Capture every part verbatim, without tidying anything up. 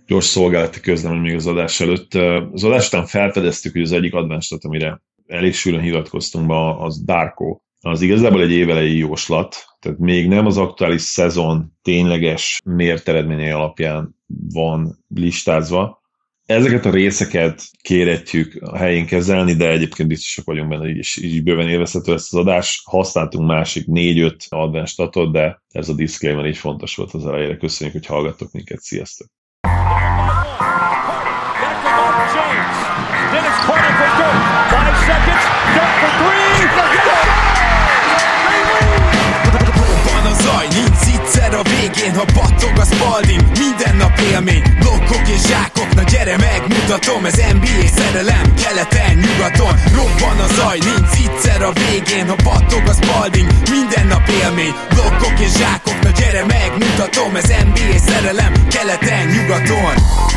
gyors szolgálati közlemény még az adás előtt. Az adás után felfedeztük, hogy az egyik advanced, amire elég sűrűn hivatkoztunk ma, az Darko. Az igazából egy évelei jóslat, tehát még nem az aktuális szezon tényleges mért eredményei alapján van listázva. Ezeket a részeket kérhetjük a helyén kezelni, de egyébként biztosak vagyunk benne, hogy így is, így is bőven élvezhető lesz az adás. Használtunk másik négy-öt advanced statot, de ez a disclaimer így fontos volt az elejére. Köszönjük, hogy hallgattok minket. Sziasztok! A végén, ha battog a Spalding, minden nap élmény, blokkok és zsákok, na gyere megmutatom, ez en bé á szerelem, keleten, nyugaton, robban a zaj, nincs egyszer a végén, ha battog a Spalding, minden nap élmény, blokkok és zsákok, na gyere megmutatom, ez en bé á szerelem, keleten, nyugaton.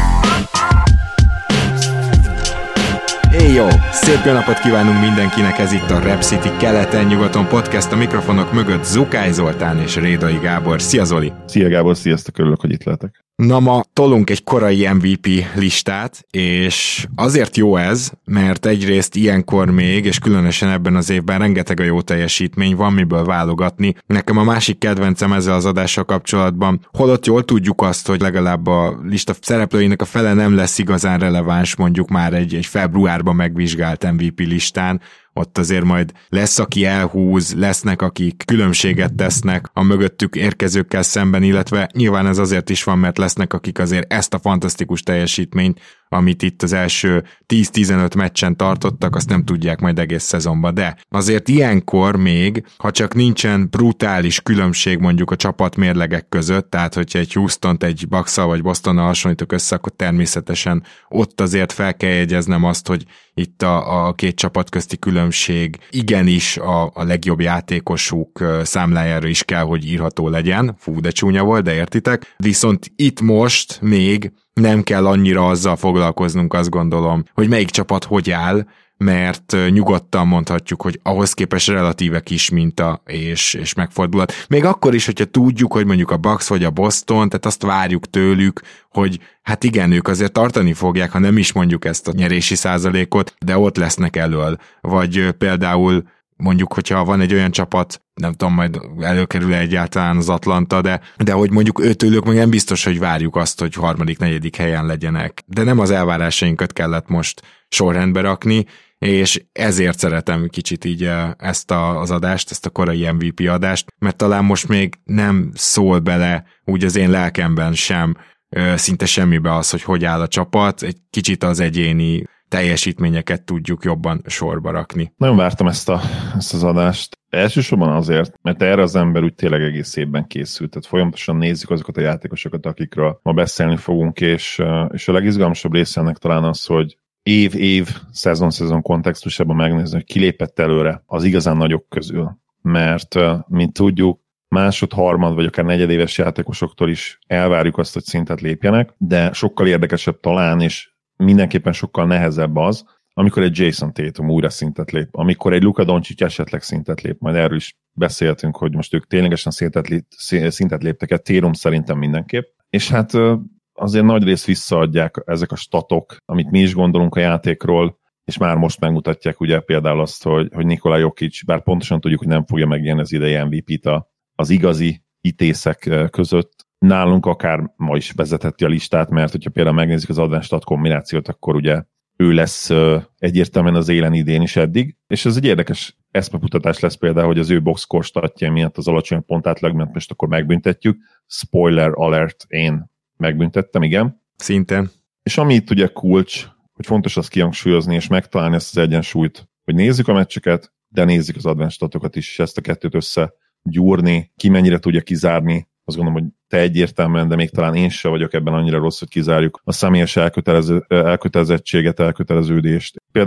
Hey jó! Szép jó napot kívánunk mindenkinek, ez itt a Rep City keleten-nyugaton podcast, a mikrofonok mögött Zukály Zoltán és Rédai Gábor. Szia Zoli! Szia Gábor, sziasztok, örülök, hogy itt lehetek. Na ma tolunk egy korai em vé pé listát, és azért jó ez, mert egyrészt ilyenkor még, és különösen ebben az évben rengeteg a jó teljesítmény, van miből válogatni. Nekem a másik kedvencem ezzel az adással kapcsolatban, holott jól tudjuk azt, hogy legalább a lista szereplőinek a fele nem lesz igazán releváns, mondjuk már egy, egy februárban megvizsgált em vé pé listán, ott azért majd lesz, aki elhúz, lesznek, akik különbséget tesznek a mögöttük érkezőkkel szemben, illetve nyilván ez azért is van, mert lesznek, akik azért ezt a fantasztikus teljesítményt, amit itt az első tíz-tizenöt meccsen tartottak, azt nem tudják majd egész szezonban, de azért ilyenkor még, ha csak nincsen brutális különbség mondjuk a csapatmérlegek között, tehát hogyha egy Houstont egy Bucks-szal vagy Bostonnal hasonlítok össze, akkor természetesen ott azért fel kell jegyeznem azt, hogy itt a, a két csapat közti különbség igenis a, a legjobb játékosuk számlájára is kell, hogy írható legyen. Fú, de csúnya volt, de értitek. Viszont itt most még nem kell annyira azzal foglalkoznunk, azt gondolom, hogy melyik csapat hogy áll, mert nyugodtan mondhatjuk, hogy ahhoz képest relatíve kis minta és, és megfordulat. Még akkor is, hogyha tudjuk, hogy mondjuk a Bucks vagy a Boston, tehát azt várjuk tőlük, hogy hát igen, ők azért tartani fogják, ha nem is mondjuk ezt a nyerési százalékot, de ott lesznek elől. Vagy például mondjuk, hogyha van egy olyan csapat, nem tudom, majd előkerül egyáltalán az Atlanta, de, de hogy mondjuk őtőlük meg nem biztos, hogy várjuk azt, hogy harmadik, negyedik helyen legyenek. De nem az elvárásainkat kellett most sorrendbe rakni, és ezért szeretem kicsit így ezt a, az adást, ezt a korai em vé pé adást, mert talán most még nem szól bele úgy az én lelkemben sem szinte semmibe az, hogy hogy áll a csapat, egy kicsit az egyéni teljesítményeket tudjuk jobban sorba rakni. Nagyon vártam ezt, a, ezt az adást. Elsősorban azért, mert erre az ember úgy tényleg egész évben készült. Tehát folyamatosan nézzük azokat a játékosokat, akikről ma beszélni fogunk, és, és a legizgalmasabb része ennek talán az, hogy év-év, szezon-szezon kontextusában megnézni, hogy kilépett előre az igazán nagyok közül. Mert, mint tudjuk, másod, harmad, vagy akár negyedéves játékosoktól is elvárjuk azt, hogy szintet lépjenek, de sokkal érdekesebb talán, és mindenképpen sokkal nehezebb az, amikor egy Jason Tatum újra szintet lép, amikor egy Luka Doncic esetleg szintet lép, majd erről is beszéltünk, hogy most ők ténylegesen szintet, lép, szintet léptek-e, Tatum szerintem mindenképp, és hát azért nagy részt visszaadják ezek a statok, amit mi is gondolunk a játékról, és már most megmutatják ugye például azt, hogy, hogy Nikola Jokic, bár pontosan tudjuk, hogy nem fogja megjelenni az idei em vé pét az igazi itészek között, nálunk akár ma is vezetheti a listát, mert hogyha például megnézzük az advanced stat kombinációt, akkor ugye ő lesz egyértelműen az élen idén is eddig, és ez egy érdekes eszmefutatás lesz például, hogy az ő boxscore statja miatt az alacsony pontátlag, mert most akkor megbüntetjük. Spoiler alert, én megbüntettem, igen. Szintén. És ami itt ugye kulcs, hogy fontos azt kihangsúlyozni és megtalálni ezt az egyensúlyt, hogy nézzük a meccseket, de nézzük az advanced statokat is, és ezt a kettőt összegyúrni, ki mennyire tudja kizárni. Azt gondolom, hogy te egyértelműen, de még talán én sem vagyok ebben annyira rossz, hogy kizárjuk a személyes elkötelező, elkötelezettséget, elköteleződést. Például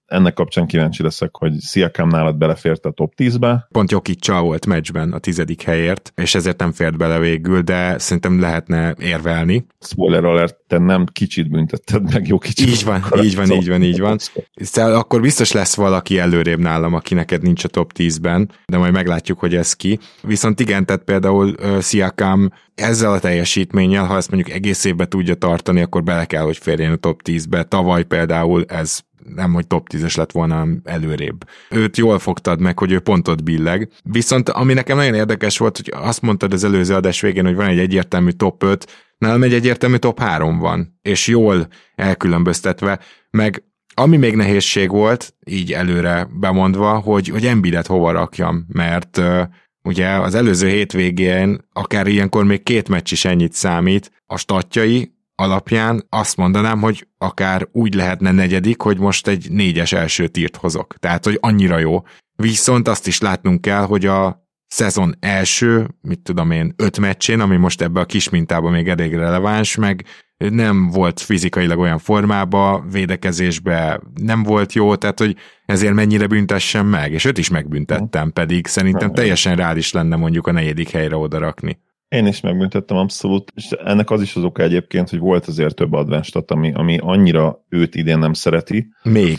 ennek kapcsán kíváncsi leszek, hogy Siakam nálad belefért a top tízbe. Pont Jokic-sal volt meccsben a tizedik helyért, és ezért nem fért bele végül, de szerintem lehetne érvelni. Spoiler alert, te nem kicsit büntetted meg Jokicot. Így van, így van, így van, így van. Szóval akkor biztos lesz valaki előrébb nálam, aki neked nincs a top tízben, de majd meglátjuk, hogy ez ki. Viszont igen, tehát például uh, Siakam ezzel a teljesítménnyel, ha ezt mondjuk egész évben tudja tartani, akkor bele kell, hogy férjen a top tízbe. Tavaly például ez nem, hogy top tízes lett volna, hanem előrébb. Őt jól fogtad meg, hogy ő pontot billeg. Viszont ami nekem nagyon érdekes volt, hogy azt mondtad az előző adás végén, hogy van egy egyértelmű top öt, nálam egy egyértelmű top három van, és jól elkülönböztetve, meg ami még nehézség volt, így előre bemondva, hogy, hogy Embiidet hova rakjam, mert uh, ugye az előző hétvégén akár ilyenkor még két meccs is ennyit számít, a statjai alapján azt mondanám, hogy akár úgy lehetne negyedik, hogy most egy négyes első tírt hozok. Tehát, hogy annyira jó. Viszont azt is látnunk kell, hogy a szezon első, mit tudom én, öt meccsén, ami most ebbe a kis mintában még elég releváns, meg nem volt fizikailag olyan formában, védekezésben nem volt jó, tehát hogy ezért mennyire büntessen meg, és őt is megbüntettem, pedig szerintem teljesen reális lenne mondjuk a negyedik helyre odarakni. Én is megbüntettem abszolút, és ennek az is az oka egyébként, hogy volt azért több advanced, ami, ami annyira őt idén nem szereti. Még.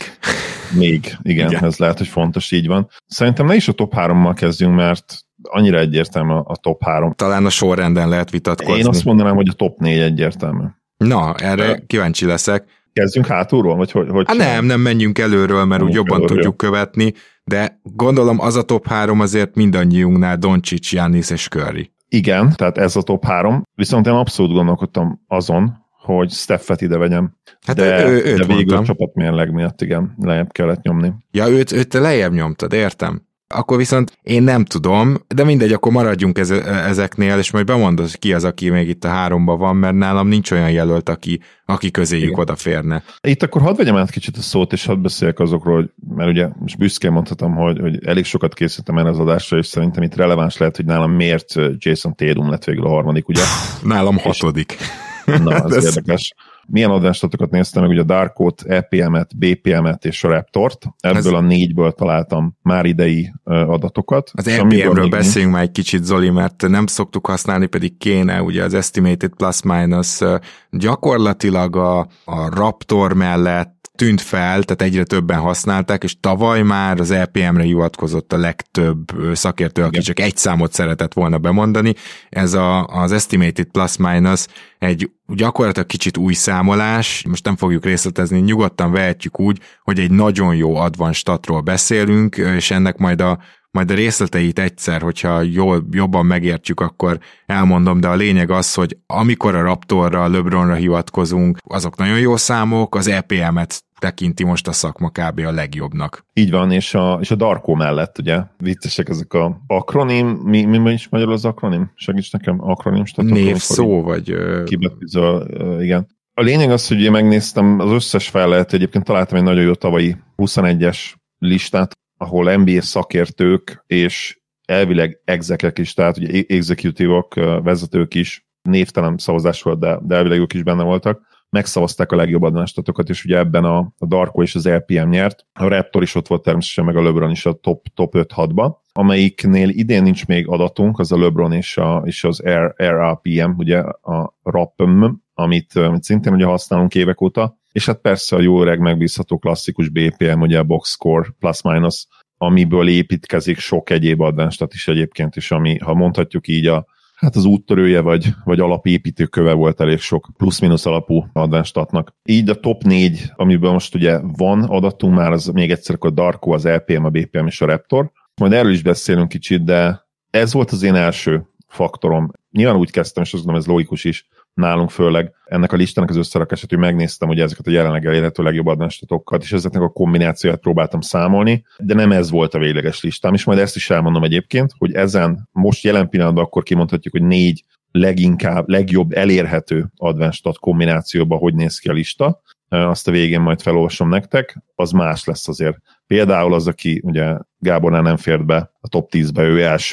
Még, igen, igen, ez lehet, hogy fontos, így van. Szerintem ne is a top hárommal kezdjünk, mert annyira egyértelmű a top három. Talán a sorrenden lehet vitatkozni. Én azt mondanám, hogy a top négy egyértelmű. Na, erre De... kíváncsi leszek. Kezdjünk hátulról? Vagy hogy, hogy hát nem, nem menjünk előről, mert menjünk úgy jobban előről. Tudjuk követni, de gondolom az a top három azért mindannyiunknál Doncic, Giannis és Curry. Igen, tehát ez a top három, viszont én abszolút gondolkodtam azon, hogy Stephet ide vegyem, hát de, ő, de végül mondtam. A csapatmérleg miatt igen, lejjebb kellett nyomni. Ja, őt, őt te lejjebb nyomtad, értem. Akkor viszont én nem tudom, de mindegy, akkor maradjunk eze, ezeknél, és majd bemondod, hogy ki az, aki még itt a háromban van, mert nálam nincs olyan jelölt, aki, aki közéjük igen. Odaférne. Itt akkor hadd vegyem át kicsit a szót, és hadd beszéljek azokról, hogy, mert ugye most büszkén mondhatom, hogy, hogy elég sokat készítettem erre az adásra, és szerintem itt releváns lehet, hogy nálam miért Jason Tatum lett végül a harmadik, ugye? Nálam hatodik. Na, ez ez érdekes. Milyen advánstatokat néztem meg, ugye a Darkot, E P M-et, B P M-et és a Raptort. Ebből ez... a négyből találtam már idei adatokat. Az E P M-ről beszéljünk már egy kicsit, Zoli, mert nem szoktuk használni, pedig kéne, ugye az Estimated Plus Minus gyakorlatilag a, a Raptor mellett tűnt fel, tehát egyre többen használták, és tavaly már az E P M-re hivatkozott a legtöbb szakértő, aki igen. Csak egy számot szeretett volna bemondani. Ez a, az Estimated Plus Minus egy gyakorlatilag kicsit új számolás, most nem fogjuk részletezni, nyugodtan vehetjük úgy, hogy egy nagyon jó advanced statról beszélünk, és ennek majd a majd a részleteit egyszer, hogyha jól, jobban megértjük, akkor elmondom, de a lényeg az, hogy amikor a Raptorra, a LeBronra hivatkozunk, azok nagyon jó számok, az E P M-et tekinti most a szakma kb. A legjobbnak. Így van, és a, és a Darko mellett, ugye, viccesek ezek a akronim, mi, mi is magyarul az akronim? Segíts nekem, akronim. Név szó, vagy... Kibetűzöl, igen. A lényeg az, hogy én megnéztem az összes fellet, egyébként találtam egy nagyon jó tavalyi huszonegyes listát, ahol en bé á szakértők és elvileg exekek is, tehát ugye executive-ok, vezetők is, névtelen szavazás volt, de, de elvileg ők is benne voltak, megszavazták a legjobb advánstatokat, és ugye ebben a, a Darko és az E P M nyert. A Raptor is ott volt természetesen, meg a LeBron is a top, top öt-hatba. Amelyiknél idén nincs még adatunk, az a LeBron és, a, és az R R P M, ugye a R A P M, amit, amit szintén ugye használunk évek óta, és hát persze a jó öreg megbízható klasszikus B P M, ugye a box score plus-minus, amiből építkezik sok egyéb advánsstat is egyébként, és ami, ha mondhatjuk így, a, hát az úttörője vagy, vagy alapépítőköve volt elég sok plusz-minusz alapú advánstatnak. Így a top négy, amiből most ugye van adatunk már, az még egyszer a Darko, az E P M, a B P M és a Raptor. Majd erről is beszélünk kicsit, de ez volt az én első faktorom. Nyilván úgy kezdtem, és azt gondolom, ez logikus is, nálunk főleg ennek a listának az összerakását, hogy megnéztem ugye ezeket a jelenleg elérhető legjobb advánstatokat, és ezeknek a kombinációját próbáltam számolni, de nem ez volt a végleges listám, és majd ezt is elmondom egyébként, hogy ezen most jelen pillanatban akkor kimondhatjuk, hogy négy leginkább, legjobb elérhető advántstat kombinációban hogy néz ki a lista, azt a végén majd felolvasom nektek, az más lesz azért. Például az, aki ugye Gábornál nem fért be a top tízbe, ő első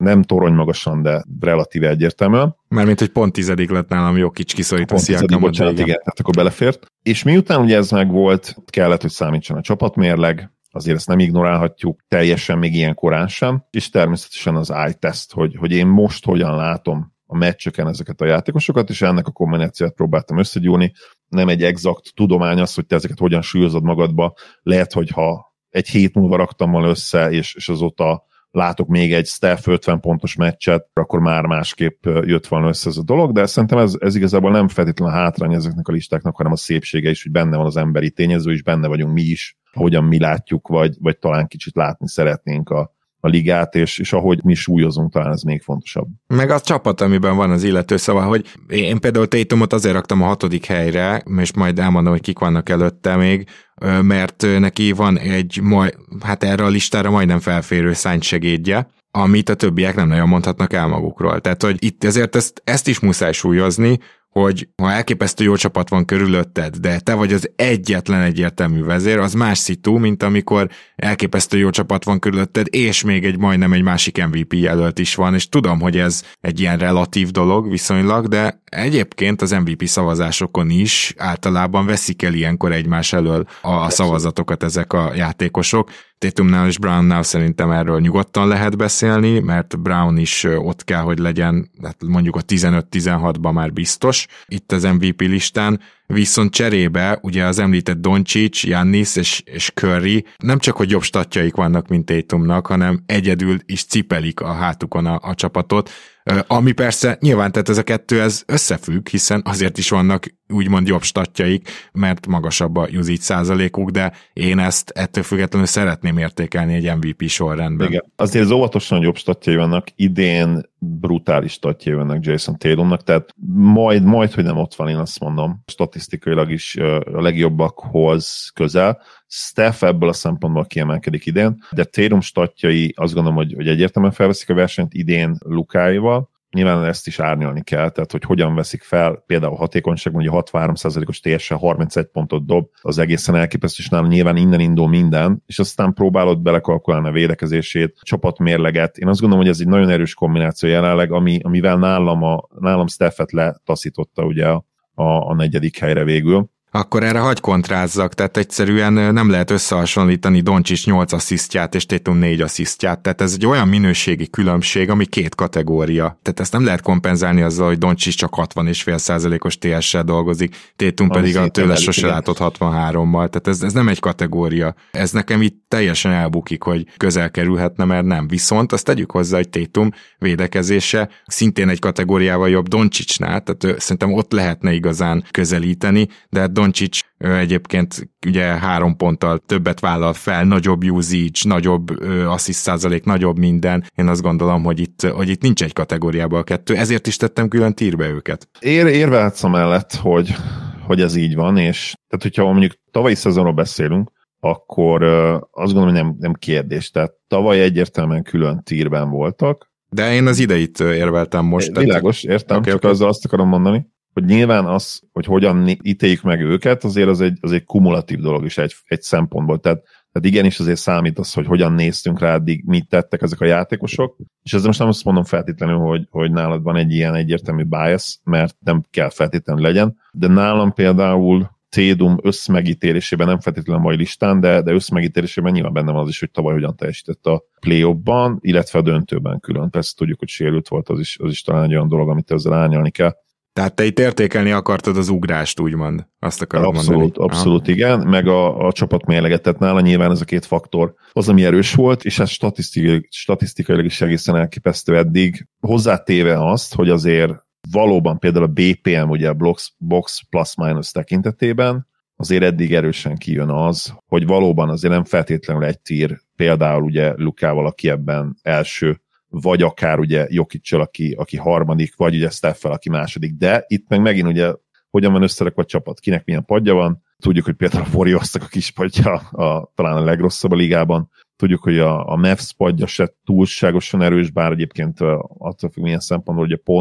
nem torony magasan, de relatíve egyértelműen. Mármint, hogy pont tizedik lett nálam, jó kicsi kiszorít a Sziakamot. Bocsánat, igen, tehát akkor belefért. És miután ugye ez meg volt, kellett, hogy számítson a csapatmérleg, azért ezt nem ignorálhatjuk teljesen, még ilyen korán sem, és természetesen az eye test, hogy, hogy én most hogyan látom a meccseken ezeket a játékosokat, és ennek a kombinációt próbáltam összegyúrni. Nem egy exakt tudomány az, hogy te ezeket hogyan súlyozod magadba. Lehet, hogy ha egy hét múlva raktam volna össze, és, és azóta látok még egy Steph ötven pontos meccset, akkor már másképp jött volna össze ez a dolog, de szerintem ez, ez igazából nem feltétlenül hátrány ezeknek a listáknak, hanem a szépsége is, hogy benne van az emberi tényező, és benne vagyunk mi is, hogyan mi látjuk, vagy, vagy talán kicsit látni szeretnénk a, a ligát, és, és ahogy mi súlyozunk, talán ez még fontosabb. Meg a csapat, amiben van az illető, szóval, hogy én például Tatumot azért raktam a hatodik helyre, és majd elmondom, hogy kik vannak előtte még, mert neki van egy, majd, hát erre a listára majdnem felférő szánysegédje, amit a többiek nem nagyon mondhatnak el magukról. Tehát, hogy itt ezért ezt, ezt is muszáj súlyozni, hogy ha elképesztő jó csapat van körülötted, de te vagy az egyetlen egyértelmű vezér, az más szitu, mint amikor elképesztő jó csapat van körülötted, és még egy majdnem egy másik em vé pé jelölt is van, és tudom, hogy ez egy ilyen relatív dolog viszonylag, de egyébként az em vé pé szavazásokon is általában veszik el ilyenkor egymás elől a szavazatokat ezek a játékosok. Tatumnál és Brownnál szerintem erről nyugodtan lehet beszélni, mert Brown is ott kell, hogy legyen, hát mondjuk a tizenöt-tizenhatban már biztos itt az em vé pé listán, viszont cserébe ugye az említett Doncic, Giannis és, és Curry nem csak, hogy jobb statjaik vannak, mint Tatumnak, hanem egyedül is cipelik a hátukon a, a csapatot, ami persze nyilván, tehát ez a kettő ez összefügg, hiszen azért is vannak úgymond jobb statjaik, mert magasabb a usage százalékuk, de én ezt ettől függetlenül szeretném értékelni egy em vé pé sorrendben. Igen. Azért óvatosan jobb statjai vannak, idén brutális statjai vannak Jason Tatumnak, tehát majd, majd, hogy nem ott van, én azt mondom, statisztikailag is a legjobbakhoz közel. Steph ebből a szempontból kiemelkedik idén, de Tatum statjai azt gondolom, hogy, hogy egyértelműen felveszik a versenyt idén Lukáival. Nyilván ezt is árnyalni kell, tehát hogy hogyan veszik fel, például hatékonyságban, ugye hatvanhárom százalékos té es-sel harmincegy pontot dob, az egészen elképesztő, és nálam nyilván innen indul minden, és aztán próbálod belekalkulálni a védekezését, csapatmérleget. Én azt gondolom, hogy ez egy nagyon erős kombináció jelenleg, ami, amivel nálam, a, nálam Stephet letaszította ugye a, a, a negyedik helyre végül. Akkor erre hagy kontrázzak, tehát egyszerűen nem lehet összehasonlítani Doncic nyolc asszisztját és Tatum négy asszisztját, tehát ez egy olyan minőségi különbség, ami két kategória. Tehát ezt nem lehet kompenzálni azzal, hogy Doncic csak hatvan egész öt százalékos té es-sel dolgozik, Tatum az pedig a tőle sose látott hatvanhárommal, tehát ez, ez nem egy kategória. Ez nekem itt teljesen elbukik, hogy közel kerülhetne, mert nem. Viszont azt tegyük hozzá, hogy Tatum védekezése szintén egy kategóriával jobb Doncicnál, tehát szerintem ott lehetne igazán közelíteni, de Doncic egyébként ugye három ponttal többet vállal fel, nagyobb usage, nagyobb assziszt százalék, nagyobb minden. Én azt gondolom, hogy itt, hogy itt nincs egy kategóriában a kettő, ezért is tettem külön tírbe őket. Ér, érvehetsz amellett, hogy, hogy ez így van, és tehát hogyha mondjuk tavalyi szezonról beszélünk, akkor azt gondolom, hogy nem, nem kérdés. Tehát tavaly egyértelműen külön tírben voltak. De én az ideit érveltem most. Világos, értem, okay, csak okay. azzal azt akarom mondani, hogy nyilván az, hogy hogyan ítéljük meg őket, azért az egy, az egy kumulatív dolog is egy, egy szempontból. Tehát, tehát igenis azért számít az, hogy hogyan néztünk rá eddig, mit tettek ezek a játékosok, és ezzel most nem azt mondom feltétlenül, hogy, hogy nálad van egy ilyen egyértelmű bias, mert nem kell feltétlenül legyen, de nálam például Tatum összmegítélésében nem feltétlenül a mai listán, de, de összmegítélésében nyilván benne van az is, hogy tavaly hogyan teljesített a play-offban, illetve a döntőben külön. Persze tudjuk, hogy sérült volt, az is, az is talán egy olyan dolog, amit ezzel árnyalni kell. Tehát te itt értékelni akartad az ugrást, úgymond. Azt akarod abszolút, mondani. Abszolút, Aha. igen. Meg a, a csapatmérleget, tehát nála nyilván ez a két faktor az, ami erős volt, és ez statisztikai, statisztikailag is egészen elképesztő eddig. Hozzátéve azt, hogy azért valóban például a bé pé em, ugye a box, box plus-minus tekintetében azért eddig erősen kijön az, hogy valóban azért nem feltétlenül egy tír, például ugye Lukával, aki ebben első, vagy akár ugye Jokic-sal, aki, aki harmadik, vagy ugye Steph-fel, aki második, de itt meg megint ugye hogyan van összerakva a csapat, kinek milyen padja van, tudjuk, hogy például a Warriorsnak a kis padja a, talán a legrosszabb a ligában, tudjuk, hogy a, a Mavs padja se túlságosan erős, bár egyébként attól függ milyen szempontból, hogy a pont,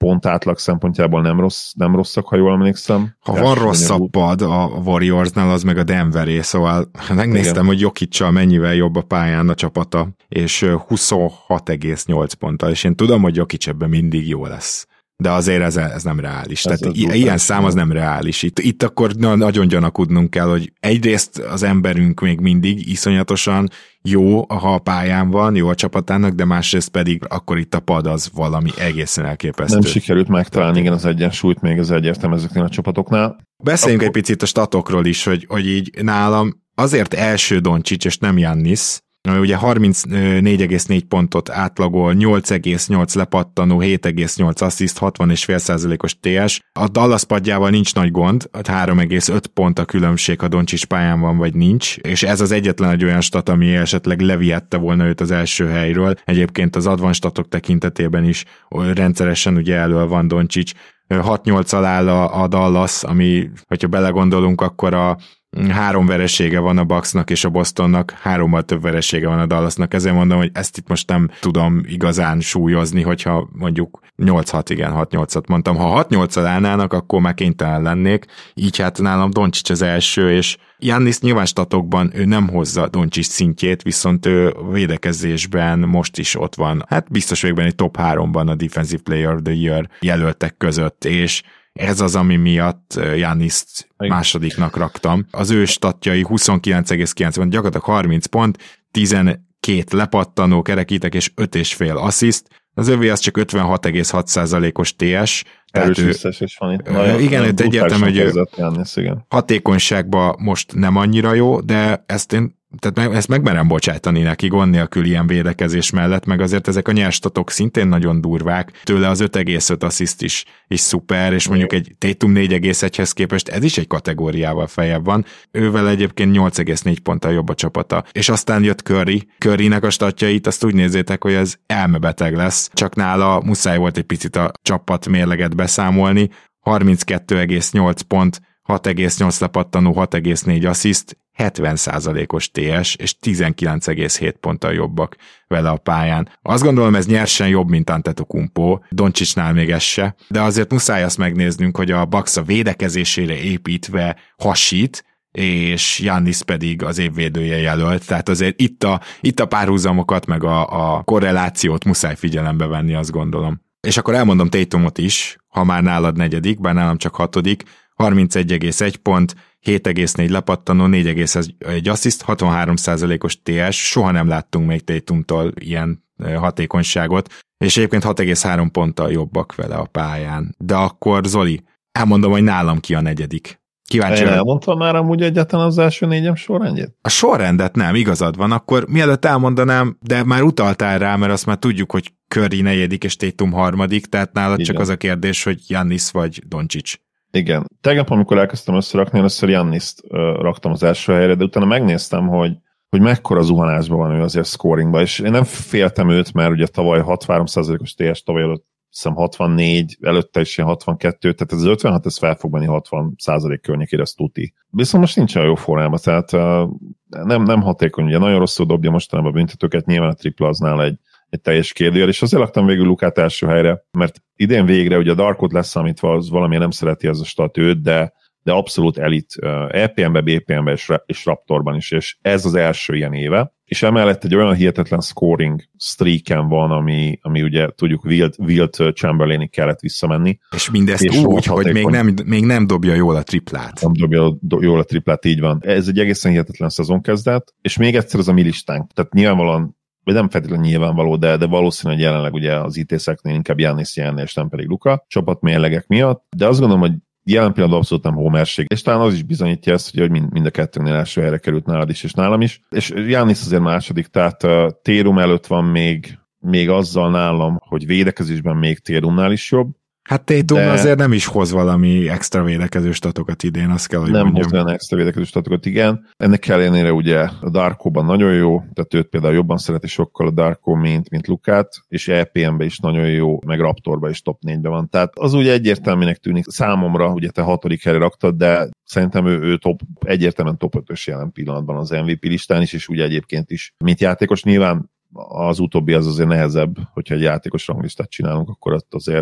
pont átlag szempontjából nem, rossz, nem rosszak, ha jól emlékszem. Ha van rosszabb pad a Warriorsnál, az meg a Denveré, szóval megnéztem, igen, hogy Jokic-sal mennyivel jobb a pályán a csapata, és huszonhat egész nyolc ponttal, és én tudom, hogy Jokic ebben mindig jó lesz. De azért ez, ez nem reális. Ez Tehát i- ilyen szám az nem reális. Itt, itt akkor na, nagyon gyanakodnunk kell, hogy egyrészt az emberünk még mindig iszonyatosan jó, ha a pályán van, jó a csapatának, de másrészt pedig akkor itt a pad az valami egészen elképesztő. Nem sikerült megtalálni, igen, az egyensúlyt még az egyértelmű ezeknél a csapatoknál. Beszéljünk akkor... egy picit a statokról is, hogy, hogy így nálam azért első Doncic, és nem Giannis, ugye harmincnégy egész négy pontot átlagol, nyolc egész nyolc lepattanó, hét egész nyolc assziszt, hatvan egész öt százalékos té es. A Dallas padjával nincs nagy gond, három egész öt pont a különbség, ha Doncic pályán van vagy nincs, és ez az egyetlen egy olyan stat, ami esetleg levihette volna őt az első helyről. Egyébként az advanced statok tekintetében is rendszeresen ugye elől van Doncic. hat nyolccal áll a, a Dallas, ami, hogyha belegondolunk, akkor a három veresége van a Bucksnak és a Bostonnak, hárommal több veresége van a Dallasnak, ezért mondom, hogy ezt itt most nem tudom igazán súlyozni, hogyha mondjuk nyolc hat, igen, hat nyolcat mondtam. Ha hat nyolccal állnának, akkor már kénytelen lennék, így hát nálam Doncic az első, és Giannis nyilván statokban ő nem hozza Doncic szintjét, viszont ő védekezésben most is ott van. Hát biztos vagyok benne, egy top háromban a Defensive Player of the Year jelöltek között, és ez az, ami miatt Giannist másodiknak raktam. Az ő statjai huszonkilenc egész kilenc, gyakorlatilag harminc pont, tizenkét lepattanó, kerekítek és öt egész öt assziszt. Az övé az csak ötvenhat egész hat százalékos té es. Erős visszaesés van itt. Nagyon, igen, őt egyértelmű, hogy Giannis, igen. hatékonyságban most nem annyira jó, de ezt én tehát ezt megmerem bocsátani neki gond nélkül ilyen védekezés mellett, meg azért ezek a nyerstatok szintén nagyon durvák, tőle az öt egész öt assziszt is, is szuper, és mondjuk egy Tatum négy egész egyhez képest ez is egy kategóriával feljebb van, ővel egyébként nyolc egész négy ponttal jobb a csapata. És aztán jött Curry, Currynek a statjait, azt úgy nézzétek, hogy ez elmebeteg lesz, csak nála muszáj volt egy picit a csapat mérleget beszámolni, harminckettő egész nyolc pont, hat egész nyolc lepattanó, hat egész négy assziszt, hetven százalékos té es, és tizenkilenc egész hét ponttal jobbak vele a pályán. Azt gondolom, ez nyersen jobb, mint Antetokounmpo, Doncicnál még ez se, de azért muszáj azt megnéznünk, hogy a Bucks a védekezésére építve hasít, és Giannis pedig az évvédője jelölt, tehát azért itt a, itt a párhuzamokat, meg a, a korrelációt muszáj figyelembe venni, azt gondolom. És akkor elmondom Tatumot is, ha már nálad negyedik, bár nálam csak hatodik, harmincegy egész egy pont, hét egész négy lepattanó, négy egész egy assziszt, hatvanhárom százalékos té es, soha nem láttunk még Tatumtól ilyen hatékonyságot, és egyébként hat egész három ponttal jobbak vele a pályán. De akkor Zoli, elmondom, hogy nálam ki a negyedik. Kíváncsi. Én elmondtam már amúgy egyáltalán az első négyem sorrendjét? A sorrendet nem, igazad van, akkor mielőtt elmondanám, de már utaltál rá, mert azt már tudjuk, hogy Curry negyedik és Tatum harmadik, tehát nálad igen, csak az a kérdés, hogy Giannis vagy Doncic. Igen. Tegnap, amikor elkezdtem összerakni, először Giannist uh, raktam az első helyre, de utána megnéztem, hogy, hogy mekkora zuhanásban van ő azért scoringban, és én nem féltem őt, mert ugye tavaly hatvanhárom százalékos té es, tavaly előtt hiszem hatvannégy, előtte is ilyen hatvankettő, tehát ez az ötvenhat, ez fel fog menni hatvan százalék környékére, ez tuti. Viszont most nincs olyan jó formában, tehát uh, nem, nem hatékony, ugye nagyon rosszul dobja mostanában a büntetőket, nyilván a tripla az nála egy egy teljes kérdőjel, és azért laktam végül Lukát első helyre, mert idén végre ugye a Darkot leszámítva az valamilyen nem szereti ez a stat őt, de, de abszolút elit é pé em-ben, bé pé em-ben és, és Raptorban is, és ez az első ilyen éve, és emellett egy olyan hihetetlen scoring streaken van, ami, ami ugye tudjuk Wilt, Wilt Chamberlainig kellett visszamenni. És mindezt és úgy, hogy még nem, még nem dobja jól a triplát. Nem dobja jól a triplát, így van. Ez egy egészen hihetetlen szezonkezdet, és még egyszer az a mi listánk, tehát nyilvánvalóan vagy nem feltétlenül nyilvánvaló, de, de valószínű, hogy jelenleg ugye az í té-szeknél inkább Giannis jelenne, és nem pedig Luka, csapat mérlegek miatt, de azt gondolom, hogy jelen pillanatban abszolút nem homerség, és talán az is bizonyítja ezt, hogy mind, mind a kettőnél első helyre került nálad is, és nálam is, és Giannis azért második, tehát uh, Tatum előtt van még, még azzal nálam, hogy védekezésben még Tatumnál is jobb. Hát Tatum de azért nem is hoz valami extra védekező statokat idén, azt kell, hogy nem mondjam. hoz olyan extra védekező statokat, igen. Ennek ellenére ugye a Darko-ban nagyon jó, tehát őt például jobban szereti sokkal a Darko, mint, mint Lukát, és é pé em-ben is nagyon jó, meg Raptorban is top négyben van. Tehát az ugye egyértelműnek tűnik számomra, ugye te hatodik helyre raktad, de szerintem ő, ő top, egyértelműen top ötös jelen pillanatban az em vé pé listán is, és ugye egyébként is, mint játékos nyilván az utóbbi az azért nehezebb, hogyha egy játékos ranglistát csinálunk, akkor ott azért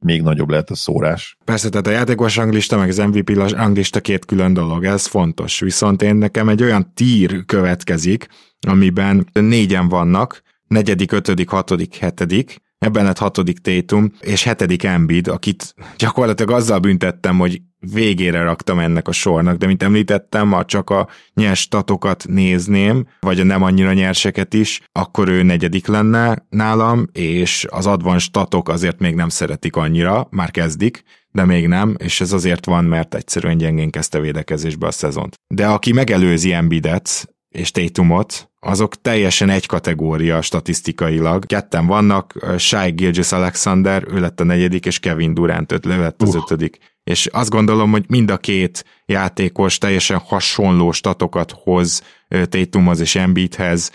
még nagyobb lehet a szórás. Persze, tehát a játékos ranglista, meg az em vé pé ranglista két külön dolog, ez fontos. Viszont én nekem egy olyan tír következik, amiben négyen vannak, negyedik, ötödik, hatodik, hetedik, ebben lett hatodik Tatum, és hetedik Embiid, akit gyakorlatilag azzal büntettem, hogy végére raktam ennek a sornak, de mint említettem, ha csak a nyers statokat nézném, vagy a nem annyira nyerseket is, akkor ő negyedik lenne nálam, és az advanced statok azért még nem szeretik annyira, már kezdik, de még nem, és ez azért van, mert egyszerűen gyengén kezdte védekezésbe a szezont. De aki megelőzi Embiidet és Tatumot, azok teljesen egy kategória statisztikailag. Ketten vannak, Shai Gilgeous-Alexander, ő lett a negyedik, és Kevin Durant, ő lett az uh. ötödik. És azt gondolom, hogy mind a két játékos teljesen hasonló statokat hoz Tatumhoz és Embiidhez,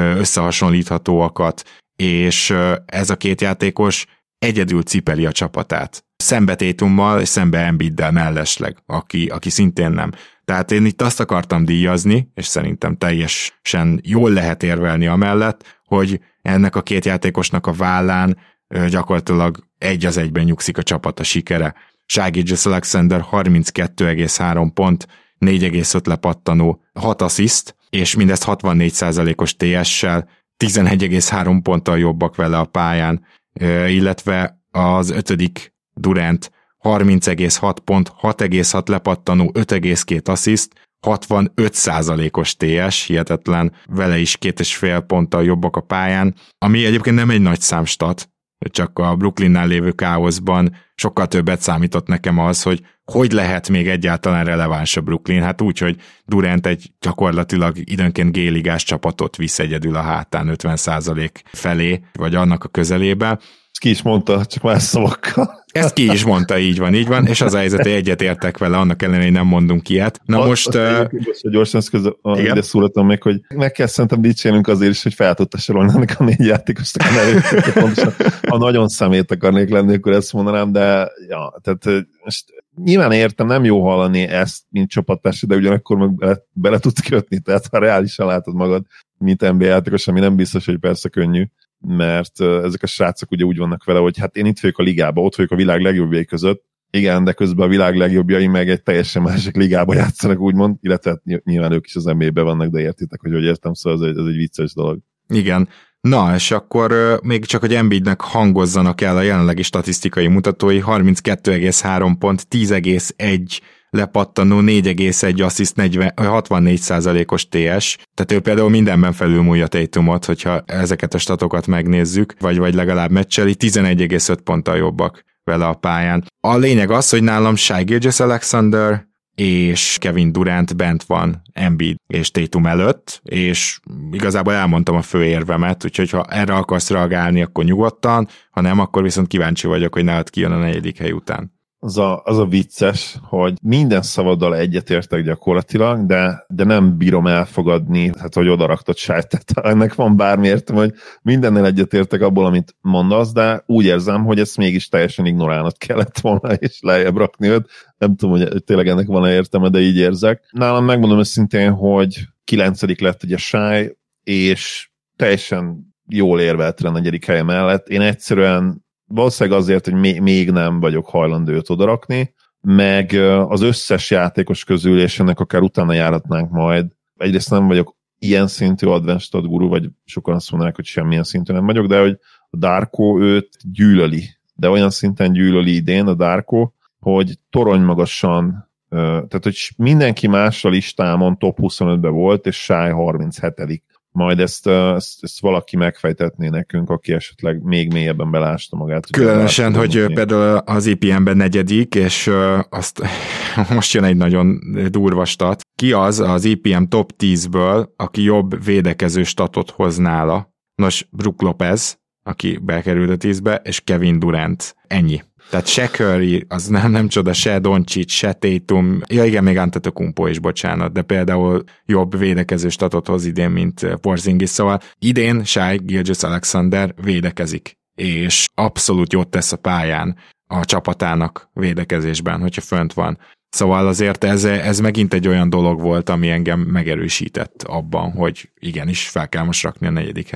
összehasonlíthatóakat, és ez a két játékos egyedül cipeli a csapatát. Szembe Tatummal és szembe Embiiddel mellesleg, aki, aki szintén nem. Tehát én itt azt akartam díjazni, és szerintem teljesen jól lehet érvelni amellett, hogy ennek a két játékosnak a vállán gyakorlatilag egy az egyben nyugszik a csapat a sikere. Shai Gilgeous-Alexander harminckettő egész három pont, négy egész öt lepattanó, hat assziszt, és mindezt hatvannégy százalékos té es-sel, tizenegy egész három ponttal jobbak vele a pályán, illetve az ötödik Durant harminc egész hat pont, hat egész hat lepattanó, öt egész két assziszt, hatvanöt százalékos té es, hihetetlen, vele is két és fél ponttal jobbak a pályán, ami egyébként nem egy nagy számstat, csak a Brooklynnál lévő káoszban sokkal többet számított nekem az, hogy hogy lehet még egyáltalán releváns a Brooklyn, hát úgy, hogy Durant egy gyakorlatilag időnként G-ligás csapatot visz egyedül a hátán ötven százalék felé, vagy annak a közelébe. Ezt ki is mondta, csak más szavakkal. Ezt ki is mondta, így van, így van, és az a helyzet, hogy egyet értek vele, annak ellenére, hogy nem mondunk ilyet. Na a, most... Uh, gyorsan ezt közben ide szúratom még, hogy meg kell szerintem dicsérnünk azért is, hogy fel tudta sorolni ennek a négy játékosnak a nevét. Pontosan, ha nagyon szemét akarnék lenni, akkor ezt mondanám, de ja, tehát most nyilván értem, nem jó hallani ezt, mint csapattársa, de ugyanakkor meg bele, bele tudsz kötni, tehát ha reálisan látod magad, mint en bé á játékos, ami nem biztos, hogy persze könnyű, mert ezek a srácok ugye úgy vannak vele, hogy hát én itt vagyok a ligába, ott vagyok a világ legjobbjai között, igen, de közben a világ legjobbjai meg egy teljesen másik ligába játszanak, úgymond, illetve nyilván ők is az en bé á-ben vannak, de értitek, hogy hogy értem, szóval ez egy, ez egy vicces dolog. Igen. Na, és akkor uh, még csak, hogy Embiidnek hangozzanak el a jelenlegi statisztikai mutatói, harminckettő egész három pont, tíz egész egy lepattanó, négy egész egy assziszt, hatvannégy százalékos té es, tehát ő például mindenben felülmúlja Tatumot, hogyha ezeket a statokat megnézzük, vagy, vagy legalább meccseli, tizenegy egész öt ponttal jobbak vele a pályán. A lényeg az, hogy nálam Shai Gilgeous-Alexander és Kevin Durant bent van Embiid és Tatum előtt, és igazából elmondtam a fő érvemet, úgyhogy ha erre akarsz reagálni, akkor nyugodtan, ha nem, akkor viszont kíváncsi vagyok, hogy nálad kijön a negyedik hely után. Az a, az a vicces, hogy minden szavaddal egyetértek gyakorlatilag, de, de nem bírom elfogadni, hát hogy odaraktad Shai, tehát ennek van bármi értem, hogy mindennel egyetértek abból, amit mondasz, de úgy érzem, hogy ezt mégis teljesen ignorálnod kellett volna, és lejjebb rakni őt. Nem tudom, hogy tényleg ennek van-e értelme, de így érzek. Nálam megmondom őszintén, hogy kilencedik lett ugye Shai, és teljesen jól érvelt a negyedik helye mellett. Én egyszerűen valószínűleg azért, hogy még, még nem vagyok hajlandó őt odarakni, meg az összes játékos közül, és ennek akár utána járatnánk majd. Egyrészt nem vagyok ilyen szintű advanced stat guru, vagy sokan azt mondanák, hogy semmilyen szintű nem vagyok, de hogy a Darko őt gyűlöli. De olyan szinten gyűlöli idén a Darko, hogy toronymagasan, tehát hogy mindenki más a listámon top huszonötben volt, és Shai harminchetedik Majd ezt, ezt, ezt valaki megfejtetné nekünk, aki esetleg még mélyebben belásta magát. Különösen, hogy mondani. Például az i pé em-ben negyedik, és azt most jön egy nagyon durva stat. Ki az az i pé em top tízből, aki jobb védekező statot hoz nála? Nos, Brook Lopez, aki bekerült a tízbe, és Kevin Durant. Ennyi. Tehát se Curry, az nem, nem csoda, se Doncic, se Tatum, ja igen, még Antetokounmpo is, bocsánat, de például jobb védekező statot hoz idén, mint Porzingis, szóval idén Shai Gilgeous-Alexander védekezik, és abszolút jót tesz a pályán a csapatának védekezésben, hogyha fönt van. Szóval azért ez, ez megint egy olyan dolog volt, ami engem megerősített abban, hogy igenis fel kell most rakni a negyedik helyre.